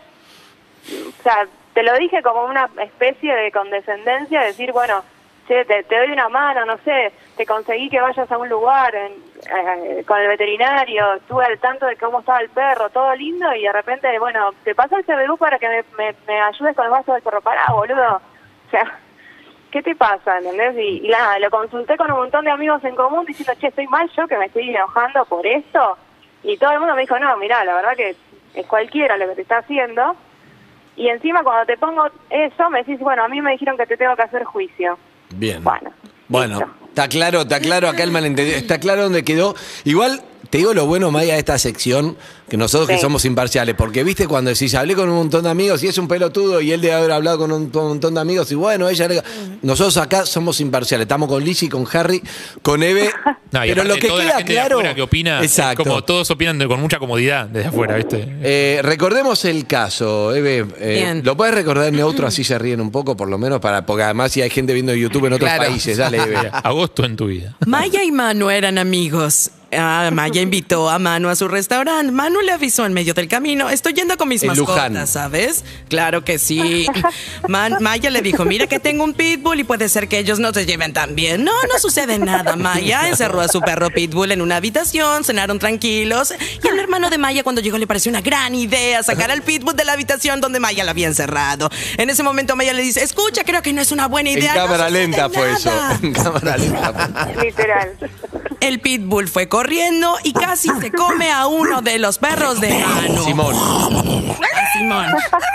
o sea, te lo dije como una especie de condescendencia, decir, bueno, che, te doy una mano, no sé, te conseguí que vayas a un lugar con el veterinario, estuve al tanto de cómo estaba el perro, todo lindo, y de repente, bueno, te paso el CBU para que me ayudes con los vasos del perro. Pará, boludo. O sea, ¿qué te pasa? ¿Entendés? Y nada, lo consulté con un montón de amigos en común diciendo, che, estoy mal yo que me estoy enojando por esto. Y todo el mundo me dijo, no, mirá, la verdad que es cualquiera lo que te está haciendo. Y encima cuando te pongo eso, me decís, bueno, a mí me dijeron que te tengo que hacer juicio. Bien. Bueno, listo. está claro acá el malentendido, está claro dónde quedó. Igual, te digo lo bueno, Maya, de esta sección, que nosotros que somos imparciales, porque viste cuando decís, hablé con un montón de amigos y es un pelotudo y él debe haber hablado con un montón de amigos y bueno, nosotros acá somos imparciales, estamos con Lizzy, con Harry, con Eve, No, y pero lo aparte que toda la queda gente de claro... afuera que opina, Exacto. es como todos opinan con mucha comodidad desde afuera, ¿viste? Recordemos el caso, Eve. Bien. ¿Lo puedes recordar en neutro así se ríen un poco, por lo menos? Porque además si hay gente viendo YouTube en otros Claro. países, dale, Eve. Agosto en tu vida. Maya y Manu eran amigos. Maya invitó a Manu a su restaurante. Manu le avisó en medio del camino, estoy yendo con mis En Luján. mascotas, ¿sabes? Claro que sí. Maya le dijo, mira que tengo un pitbull y puede ser que ellos no se lleven tan bien. No sucede nada. Maya encerró a su perro pitbull en una habitación, cenaron tranquilos. Y al hermano de Maya cuando llegó le pareció una gran idea sacar al pitbull de la habitación donde Maya la había encerrado. En ese momento Maya le dice, escucha, creo que no es una buena idea. En no cámara sucede lenta fue eso. nada". En cámara lenta. Literal. El pitbull fue corriendo y casi se come a uno de los perros de Manu. Simón. Simón.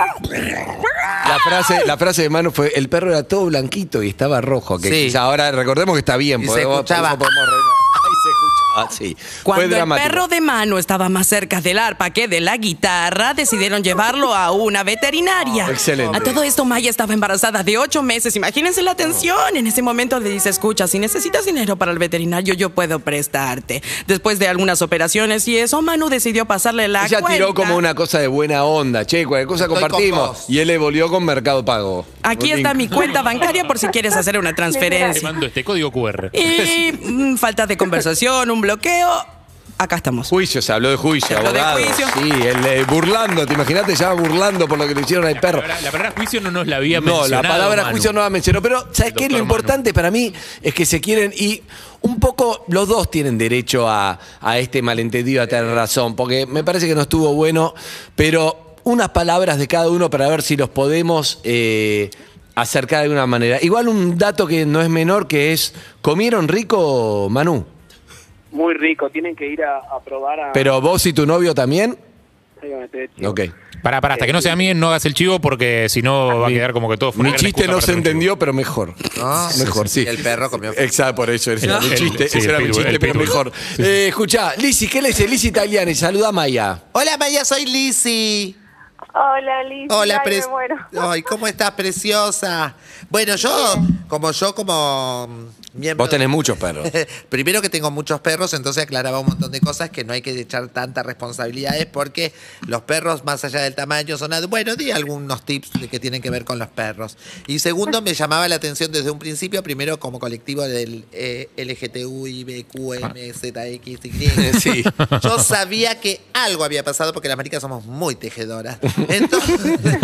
La frase de Manu fue, el perro era todo blanquito y estaba rojo. Que Sí. quizá ahora recordemos que está bien. Y se por escuchaba. eso podemos Ahí se escuchaba, sí. Fue Cuando el dramático. perro de Manu estaba más cerca del arpa que de la guitarra, decidieron llevarlo a una veterinaria. Excelente. A todo esto, Maya estaba embarazada de 8 meses. Imagínense la tensión. En ese momento le dice, escucha, si necesitas dinero para el veterinario, yo puedo prestarte. Después de algunas operaciones y eso, Manu decidió pasarle la Ella cuenta. tiró como una cosa de buena onda. Che, cualquier cosa Estoy con compartimos. vos. Y él le volvió con Mercado Pago. Aquí está mi cuenta bancaria por si quieres hacer una Te transferencia. mando este código QR. Y falta de conversación, un bloqueo. Acá estamos. Juicio, se habló de juicio, Se habló de abogado. juicio. Sí, burlando, te imaginaste ya burlando por lo que le hicieron al perro. La palabra juicio no nos la había No, mencionado. la palabra Manu. juicio no la mencionó, pero ¿sabes qué? Lo Doctor importante para mí es que se quieren y un poco los dos tienen derecho a este malentendido, a tener razón, porque me parece que no estuvo bueno, pero unas palabras de cada uno para ver si los podemos acercar de alguna manera. Igual un dato que no es menor, que es, ¿comieron rico, Manu? Muy rico, tienen que ir a probar a... ¿Pero vos y tu novio también? Ok. Pará, hasta que no sea mí, no hagas el chivo porque si no va a quedar como que todo fue Mi una gran chiste excusa no para se hacer un chivo. entendió, pero mejor. ¿No? Mejor, sí. Y el perro comió. Exacto, por eso. Ese era mi chiste, Sí, ese era el mi pitbull, chiste, el pero pitbull. mejor. Escuchá, Lizzy, ¿qué le dice? Lizzy Italiani, saluda a Maya. Hola Maya, soy Lizzy. Hola, Liz. Hola, Ay, me muero. Ay, ¿cómo estás, preciosa? Bueno, yo como miembro... Vos tenés muchos perros. Primero que tengo muchos perros, entonces aclaraba un montón de cosas que no hay que echar tantas responsabilidades porque los perros, más allá del tamaño, son... Bueno, di algunos tips de que tienen que ver con los perros. Y segundo, me llamaba la atención desde un principio, primero como colectivo del LGTBIQMZXY. Sí. Yo sabía que algo había pasado porque las maricas somos muy tejedoras. Entonces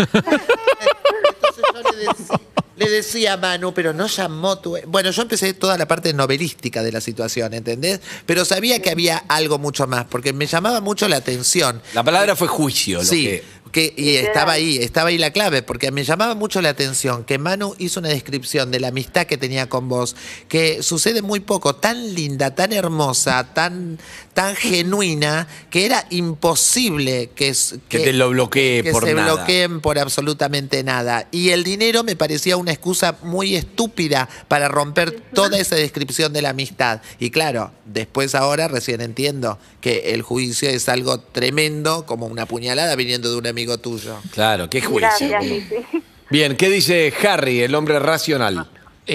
yo le decía a Manu, pero no llamó tu... Bueno, yo empecé toda la parte novelística de la situación, ¿entendés? Pero sabía que había algo mucho más, porque me llamaba mucho la atención. La palabra fue juicio. Sí, y estaba ahí la clave, porque me llamaba mucho la atención que Manu hizo una descripción de la amistad que tenía con vos, que sucede muy poco, tan linda, tan hermosa, tan genuina, que era imposible que te lo bloquee que por se nada. bloqueen por absolutamente nada. Y el dinero me parecía una excusa muy estúpida para romper toda esa descripción de la amistad. Y claro, después ahora recién entiendo que el juicio es algo tremendo, como una puñalada viniendo de un amigo tuyo. Claro, qué juicio. Gracias, Lizzy. Bien, ¿qué dice Harry, el hombre racional?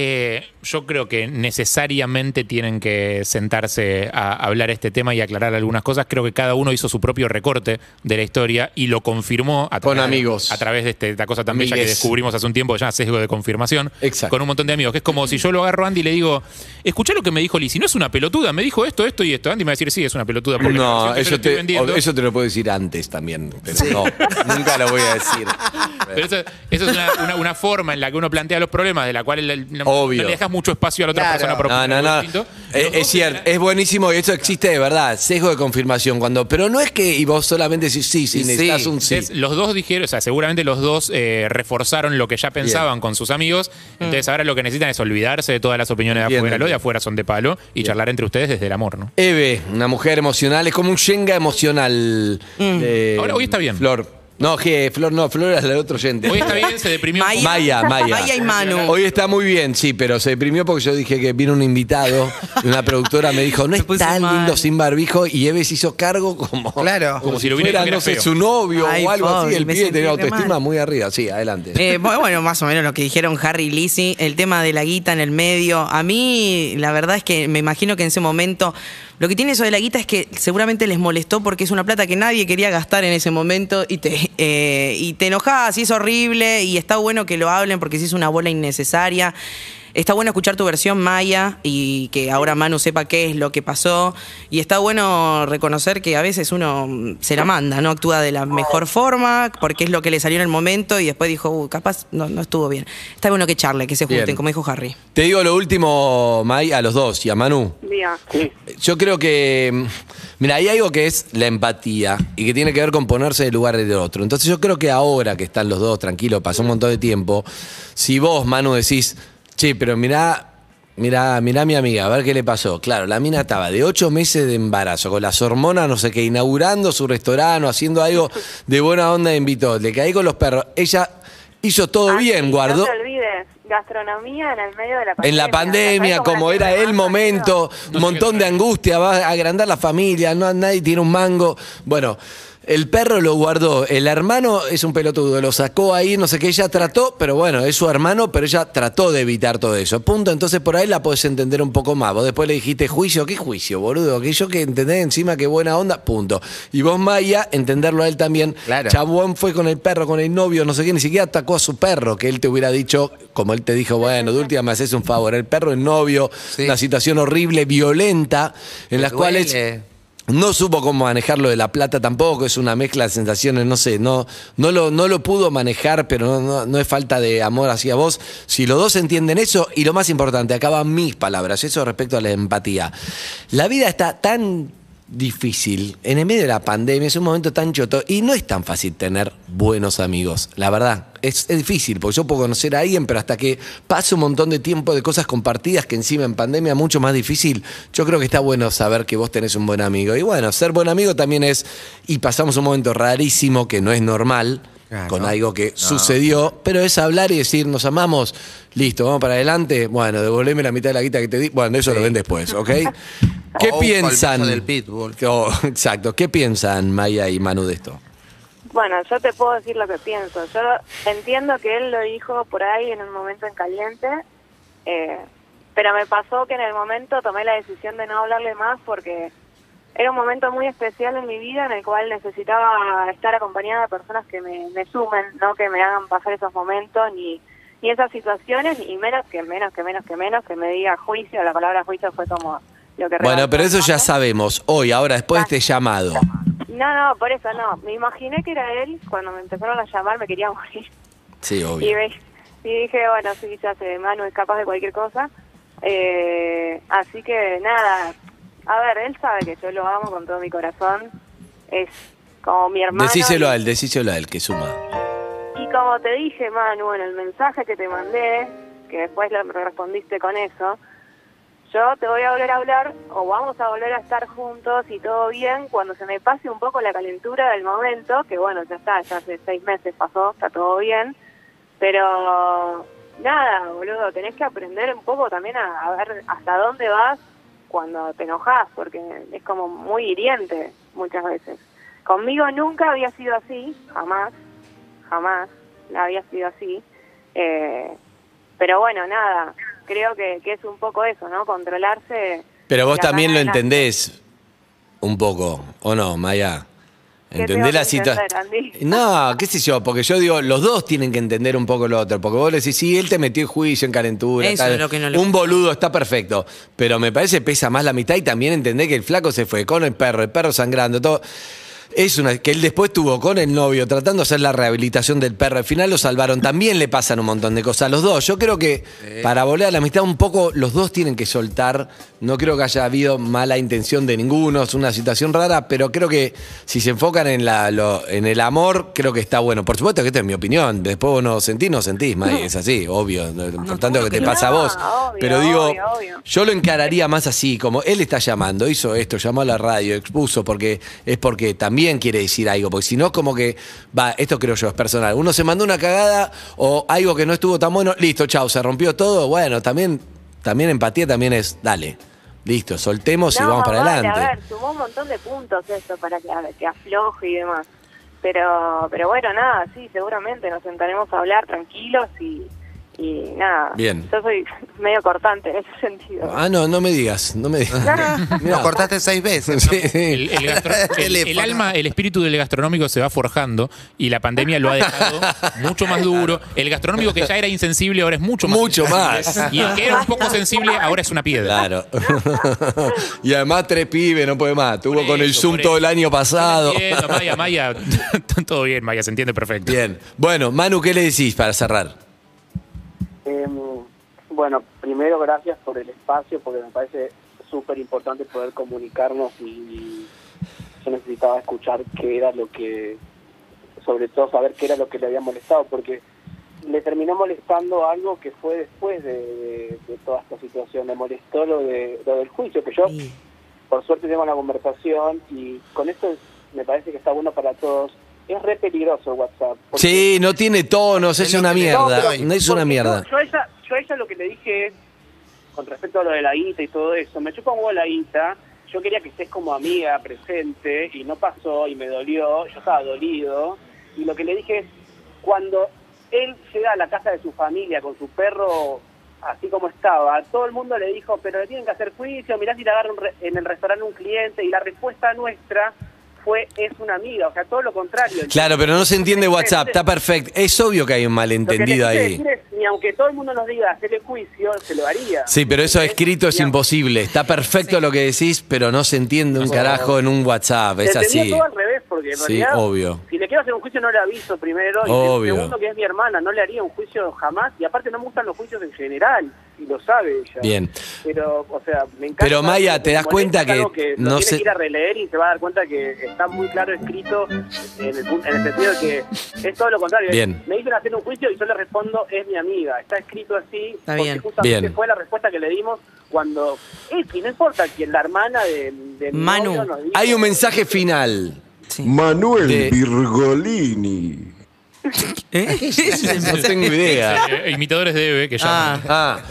Yo creo que necesariamente tienen que sentarse a hablar este tema y aclarar algunas cosas. Creo que cada uno hizo su propio recorte de la historia y lo confirmó con amigos. A través de esta cosa también ya que Amigues. descubrimos hace un tiempo, ya sesgo de confirmación. Exacto. Con un montón de amigos. Que es como si yo lo agarro a Andy y le digo, escuchá lo que me dijo Lizzy, no es una pelotuda, me dijo esto, esto y esto. Andy me va a decir, sí, es una pelotuda. Porque la No, versión que yo le estoy vendiendo. eso te lo puedo decir antes también, pero no, nunca lo voy a decir. Pero eso es una forma en la que uno plantea los problemas, de la cual Obvio. no le dejas mucho espacio a la otra Claro. persona para opinar algo distinto. Es cierto, es buenísimo y eso existe de verdad, sesgo de confirmación. Pero no es que y vos solamente decís sí, Y necesitas sí. un sí. Entonces, los dos dijeron, o sea, seguramente los dos reforzaron lo que ya pensaban con sus amigos. Entonces, ahora lo que necesitan es olvidarse de todas las opiniones de Bien, afuera. Lo de bien. afuera son de palo y charlar entre ustedes desde el amor, ¿no? Eve, una mujer emocional, es como un Shenga emocional. Ahora, hoy está bien. Flor. No, Flor no, Flor era el otro oyente. Hoy está bien, se deprimió. un poco. Maya. Maya y Manu. Hoy está muy bien, sí, pero se deprimió porque yo dije que vino un invitado y una productora me dijo, no es puso tan mal. lindo sin barbijo y Eve se hizo cargo como, Claro. Como si lo hubiera fuera, dicho que no era sé, feo. su novio Ay, o algo así. pobre, El me pibe sentí tenía re autoestima mal. muy arriba. Sí, adelante. Bueno, más o menos lo que dijeron Harry y Lizzy, el tema de la guita en el medio. A mí, la verdad es que me imagino que en ese momento, lo que tiene eso de la guita es que seguramente les molestó porque es una plata que nadie quería gastar en ese momento y te enojás y es horrible y está bueno que lo hablen porque si es una bola innecesaria. Está bueno escuchar tu versión, Maya, y que ahora Manu sepa qué es lo que pasó. Y está bueno reconocer que a veces uno se la manda, no actúa de la mejor forma, porque es lo que le salió en el momento y después dijo, capaz no estuvo bien. Está bueno que charle, que se junten, Bien. como dijo Harry. Te digo lo último, May, a los dos y a Manu. Diga. Yo creo que, mira, hay algo que es la empatía y que tiene que ver con ponerse en el lugar del otro. Entonces yo creo que ahora que están los dos tranquilos, pasó un montón de tiempo, si vos, Manu, decís, che, pero mirá mi amiga, a ver qué le pasó. Claro, la mina estaba de 8 meses de embarazo, con las hormonas, no sé qué, inaugurando su restaurante, haciendo algo de buena onda, invitó, le caí con los perros. Ella hizo todo bien, guardó. No te olvides, gastronomía en el medio de la pandemia. En la pandemia, ¿Sabés cómo como la era gente el más momento, un montón de angustia, va a agrandar la familia, no nadie tiene un mango. Bueno, el perro lo guardó, el hermano es un pelotudo, lo sacó ahí, no sé qué, ella trató, pero bueno, es su hermano, pero ella trató de evitar todo eso. Punto, entonces por ahí la podés entender un poco más. Vos después le dijiste juicio, ¿qué juicio, boludo? Que yo que entendés encima qué buena onda, punto. Y vos, Maya, entenderlo a él también. Claro. Chabón fue con el perro, con el novio, no sé qué, ni siquiera atacó a su perro, que él te hubiera dicho, como él te dijo, bueno, de última me haces un favor. El perro, el novio, Sí. una situación horrible, violenta, en las cuales Duele. no supo cómo manejar lo de la plata tampoco, es una mezcla de sensaciones, no sé, no lo pudo manejar, pero no es falta de amor hacia vos. Si los dos entienden eso, y lo más importante, acá van mis palabras, eso respecto a la empatía. La vida está tan difícil, en el medio de la pandemia, es un momento tan choto, y no es tan fácil tener buenos amigos, la verdad. Es difícil, porque yo puedo conocer a alguien, pero hasta que pase un montón de tiempo de cosas compartidas, que encima en pandemia es mucho más difícil, yo creo que está bueno saber que vos tenés un buen amigo. Y bueno, ser buen amigo también es, y pasamos un momento rarísimo, que no es normal, Claro. con algo que sucedió, pero es hablar y decir, nos amamos, listo, vamos para adelante, bueno, devolveme la mitad de la guita que te di, bueno, eso lo ven después, ¿ok? ¿Qué O un piensan? colmillo del pitbull. Exacto, ¿qué piensan Maya y Manu de esto? Bueno, yo te puedo decir lo que pienso. Yo entiendo que él lo dijo por ahí en un momento en caliente, pero me pasó que en el momento tomé la decisión de no hablarle más porque era un momento muy especial en mi vida en el cual necesitaba estar acompañada de personas que me sumen, no que me hagan pasar esos momentos ni esas situaciones, y menos que me diga juicio. La palabra juicio fue como lo que... Bueno, pero eso ya sabes. sabemos, hoy, ahora, después de este llamado. No, por eso no. Me imaginé que era él. Cuando me empezaron a llamar me quería morir. Sí, obvio. Y dije, bueno, sí, ya sé, Manu es capaz de cualquier cosa. Así que nada, a ver, él sabe que yo lo amo con todo mi corazón. Es como mi hermano. Decíselo a él, que suma. Y como te dije, Manu, en el mensaje que te mandé, que después me respondiste con eso, yo te voy a volver a hablar, o vamos a volver a estar juntos y todo bien, cuando se me pase un poco la calentura del momento, que bueno, ya está, ya hace 6 meses pasó, está todo bien, pero nada, boludo, tenés que aprender un poco también a ver hasta dónde vas cuando te enojás, porque es como muy hiriente muchas veces. Conmigo nunca había sido así, jamás la había sido así, Pero bueno, nada, creo que es un poco eso, ¿no? Controlarse. Pero vos y acá también lo adelante. entendés un poco, ¿o no, Maya? ¿Qué ¿Entendés tengo la que entender, situación? Andy? No, qué sé yo, porque yo digo, los dos tienen que entender un poco lo otro, porque vos le decís, sí, él te metió en juicio, en calentura, Eso tal, es lo que no le un gusta. boludo, está perfecto, pero me parece pesa más la mitad y también entender que el flaco se fue con el perro sangrando, todo. Es una que él después tuvo con el novio tratando de hacer la rehabilitación del perro. Al final lo salvaron. También le pasan un montón de cosas a los dos. Yo creo que para volver a la amistad un poco, los dos tienen que soltar. No creo que haya habido mala intención de ninguno. Es una situación rara, pero creo que si se enfocan en en el amor, creo que está bueno. Por supuesto que esta es mi opinión. Después vos no sentís, May. Es así, obvio. Lo importante es lo que te pasa a vos. Obvio, Pero digo, obvio. yo lo encararía más así, como él está llamando, hizo esto, llamó a la radio, expuso, porque también quiere decir algo, porque si no, como que, esto creo yo, es personal. Uno se mandó una cagada o algo que no estuvo tan bueno, listo, chau, se rompió todo. Bueno, también empatía también es, dale, listo, soltemos y vamos para vale, adelante. A ver, sumó un montón de puntos eso para que afloje y demás. Pero bueno, nada, sí, seguramente nos sentaremos a hablar tranquilos y nada. Bien. Yo soy medio cortante en ese sentido. Ah, no me digas. Mirá. Lo cortaste 6 veces. Sí, sí. El alma, el espíritu del gastronómico se va forjando y la pandemia lo ha dejado mucho más duro. El gastronómico que ya era insensible ahora es mucho más. Y el que era un poco sensible ahora es una piedra. Claro. Y además 3 pibes, no puede más. Tuvo con el Zoom todo el año pasado. Entiendo, Maya, todo bien, Maya, se entiende perfecto. Bien. Bueno, Manu, ¿qué le decís para cerrar? Bueno, primero gracias por el espacio, porque me parece súper importante poder comunicarnos y yo necesitaba escuchar qué era lo que, sobre todo saber qué era lo que le había molestado, porque le terminó molestando algo que fue después de toda esta situación. Me molestó lo del juicio, que yo por suerte tengo una conversación y con esto me parece que está bueno para todos. Es re peligroso WhatsApp. Sí, no tiene tonos, es una mierda. No es una mierda. Yo a ella lo que le dije es, con respecto a lo de la guita y todo eso, me chupa un huevo la guita, yo quería que estés como amiga presente y no pasó y me dolió, yo estaba dolido y lo que le dije es, cuando él llega a la casa de su familia con su perro así como estaba, todo el mundo le dijo, pero le tienen que hacer juicio, mirá si le agarra en el restaurante un cliente, y la respuesta nuestra fue, es una amiga, o sea, todo lo contrario. Claro, pero no se entiende WhatsApp, está perfecto. Es obvio que hay un malentendido lo que le ahí. quise decir es, ni aunque todo el mundo nos diga hacerle juicio, se lo haría. Sí, pero eso escrito es imposible. Está perfecto lo que decís, pero no se entiende un carajo en un WhatsApp. Es Entendía así. todo al revés, porque en Sí, realidad, obvio. si le quiero hacer un juicio no le aviso primero, Obvio. y segundo que es mi hermana, no le haría un juicio jamás, y aparte no me gustan los juicios en general, y lo sabe ella. Bien. Pero, o sea, me encanta. Pero, Maya, ¿te das cuenta es algo que no no tiene se- que ir a releer y se va a dar cuenta que está muy claro escrito en el sentido de que es todo lo contrario. Bien. Me dicen hacer un juicio y yo le respondo, es mi amiga. Está escrito así, Está porque bien. justamente Bien. fue la respuesta que le dimos cuando, y no importa quién, la hermana de mi Manu. novio nos dijo, Hay un mensaje final. Manuel De- Virgolini. No tengo idea. Imitadores de Eve que llaman.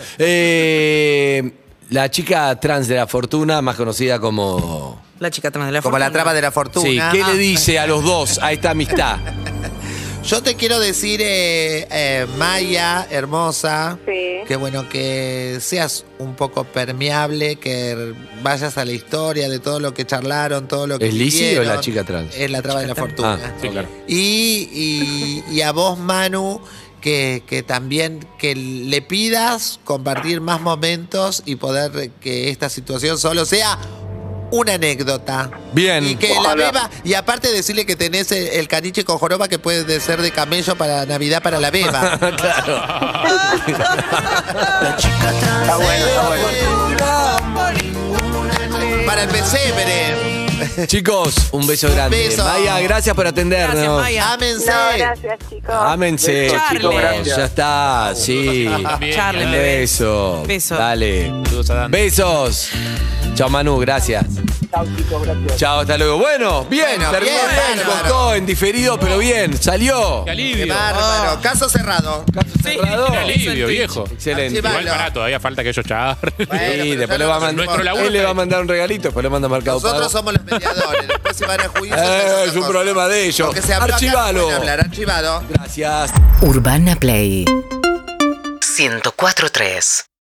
La chica trans de la fortuna, más conocida como... La chica trans de la Como la fortuna. trama de la fortuna. Sí, ¿qué le dice a los dos a esta amistad? Yo te quiero decir, Maya, hermosa, Sí. que bueno, que seas un poco permeable, que vayas a la historia de todo lo que charlaron, todo lo que ¿Es Lizzy o vivieron. la chica trans? Es la trama de la fortuna. Ah, Sí, claro. Y a vos, Manu, que también que le pidas compartir más momentos y poder que esta situación solo sea una anécdota. Bien. Y que Ojalá. la beba, y aparte decirle que tenés el caniche con joroba que puede ser de camello para Navidad para la beba. está bueno, está bueno. Para el pesebre. Chicos, un beso grande. Beso. Maya, gracias por atendernos. Gracias, Maya. Ámense. No, gracias, chicos. Ámense, Charles. chicos. Gracias. Ya está, sí. También, Charles, Un bebé. beso. Beso. Dale. Saludos a Dan. Besos. Chao, Manu, gracias. Chao, chicos, gracias. Chao, hasta luego. Bueno, bien, Bueno, terminó bien, bien, bárbaro. costó en diferido, pero bien, salió. ¡Qué Qué alivio! bárbaro. Caso cerrado. Cerrado. ¡Qué alivio, viejo! Excelente. Archivalo. Igual pará, todavía falta que ellos charlen. Bueno, Sí, pero después ya le va a no- mandar. Nuestro laburo Él le está va a mandar un regalito, después le manda Mercado Nosotros Pago. somos los mediadores. Después si van a juicio. Es un problema de ellos. Lo que se habló acá, Archivalo. pueden hablar, archivado. Gracias. Urbana Play 104.3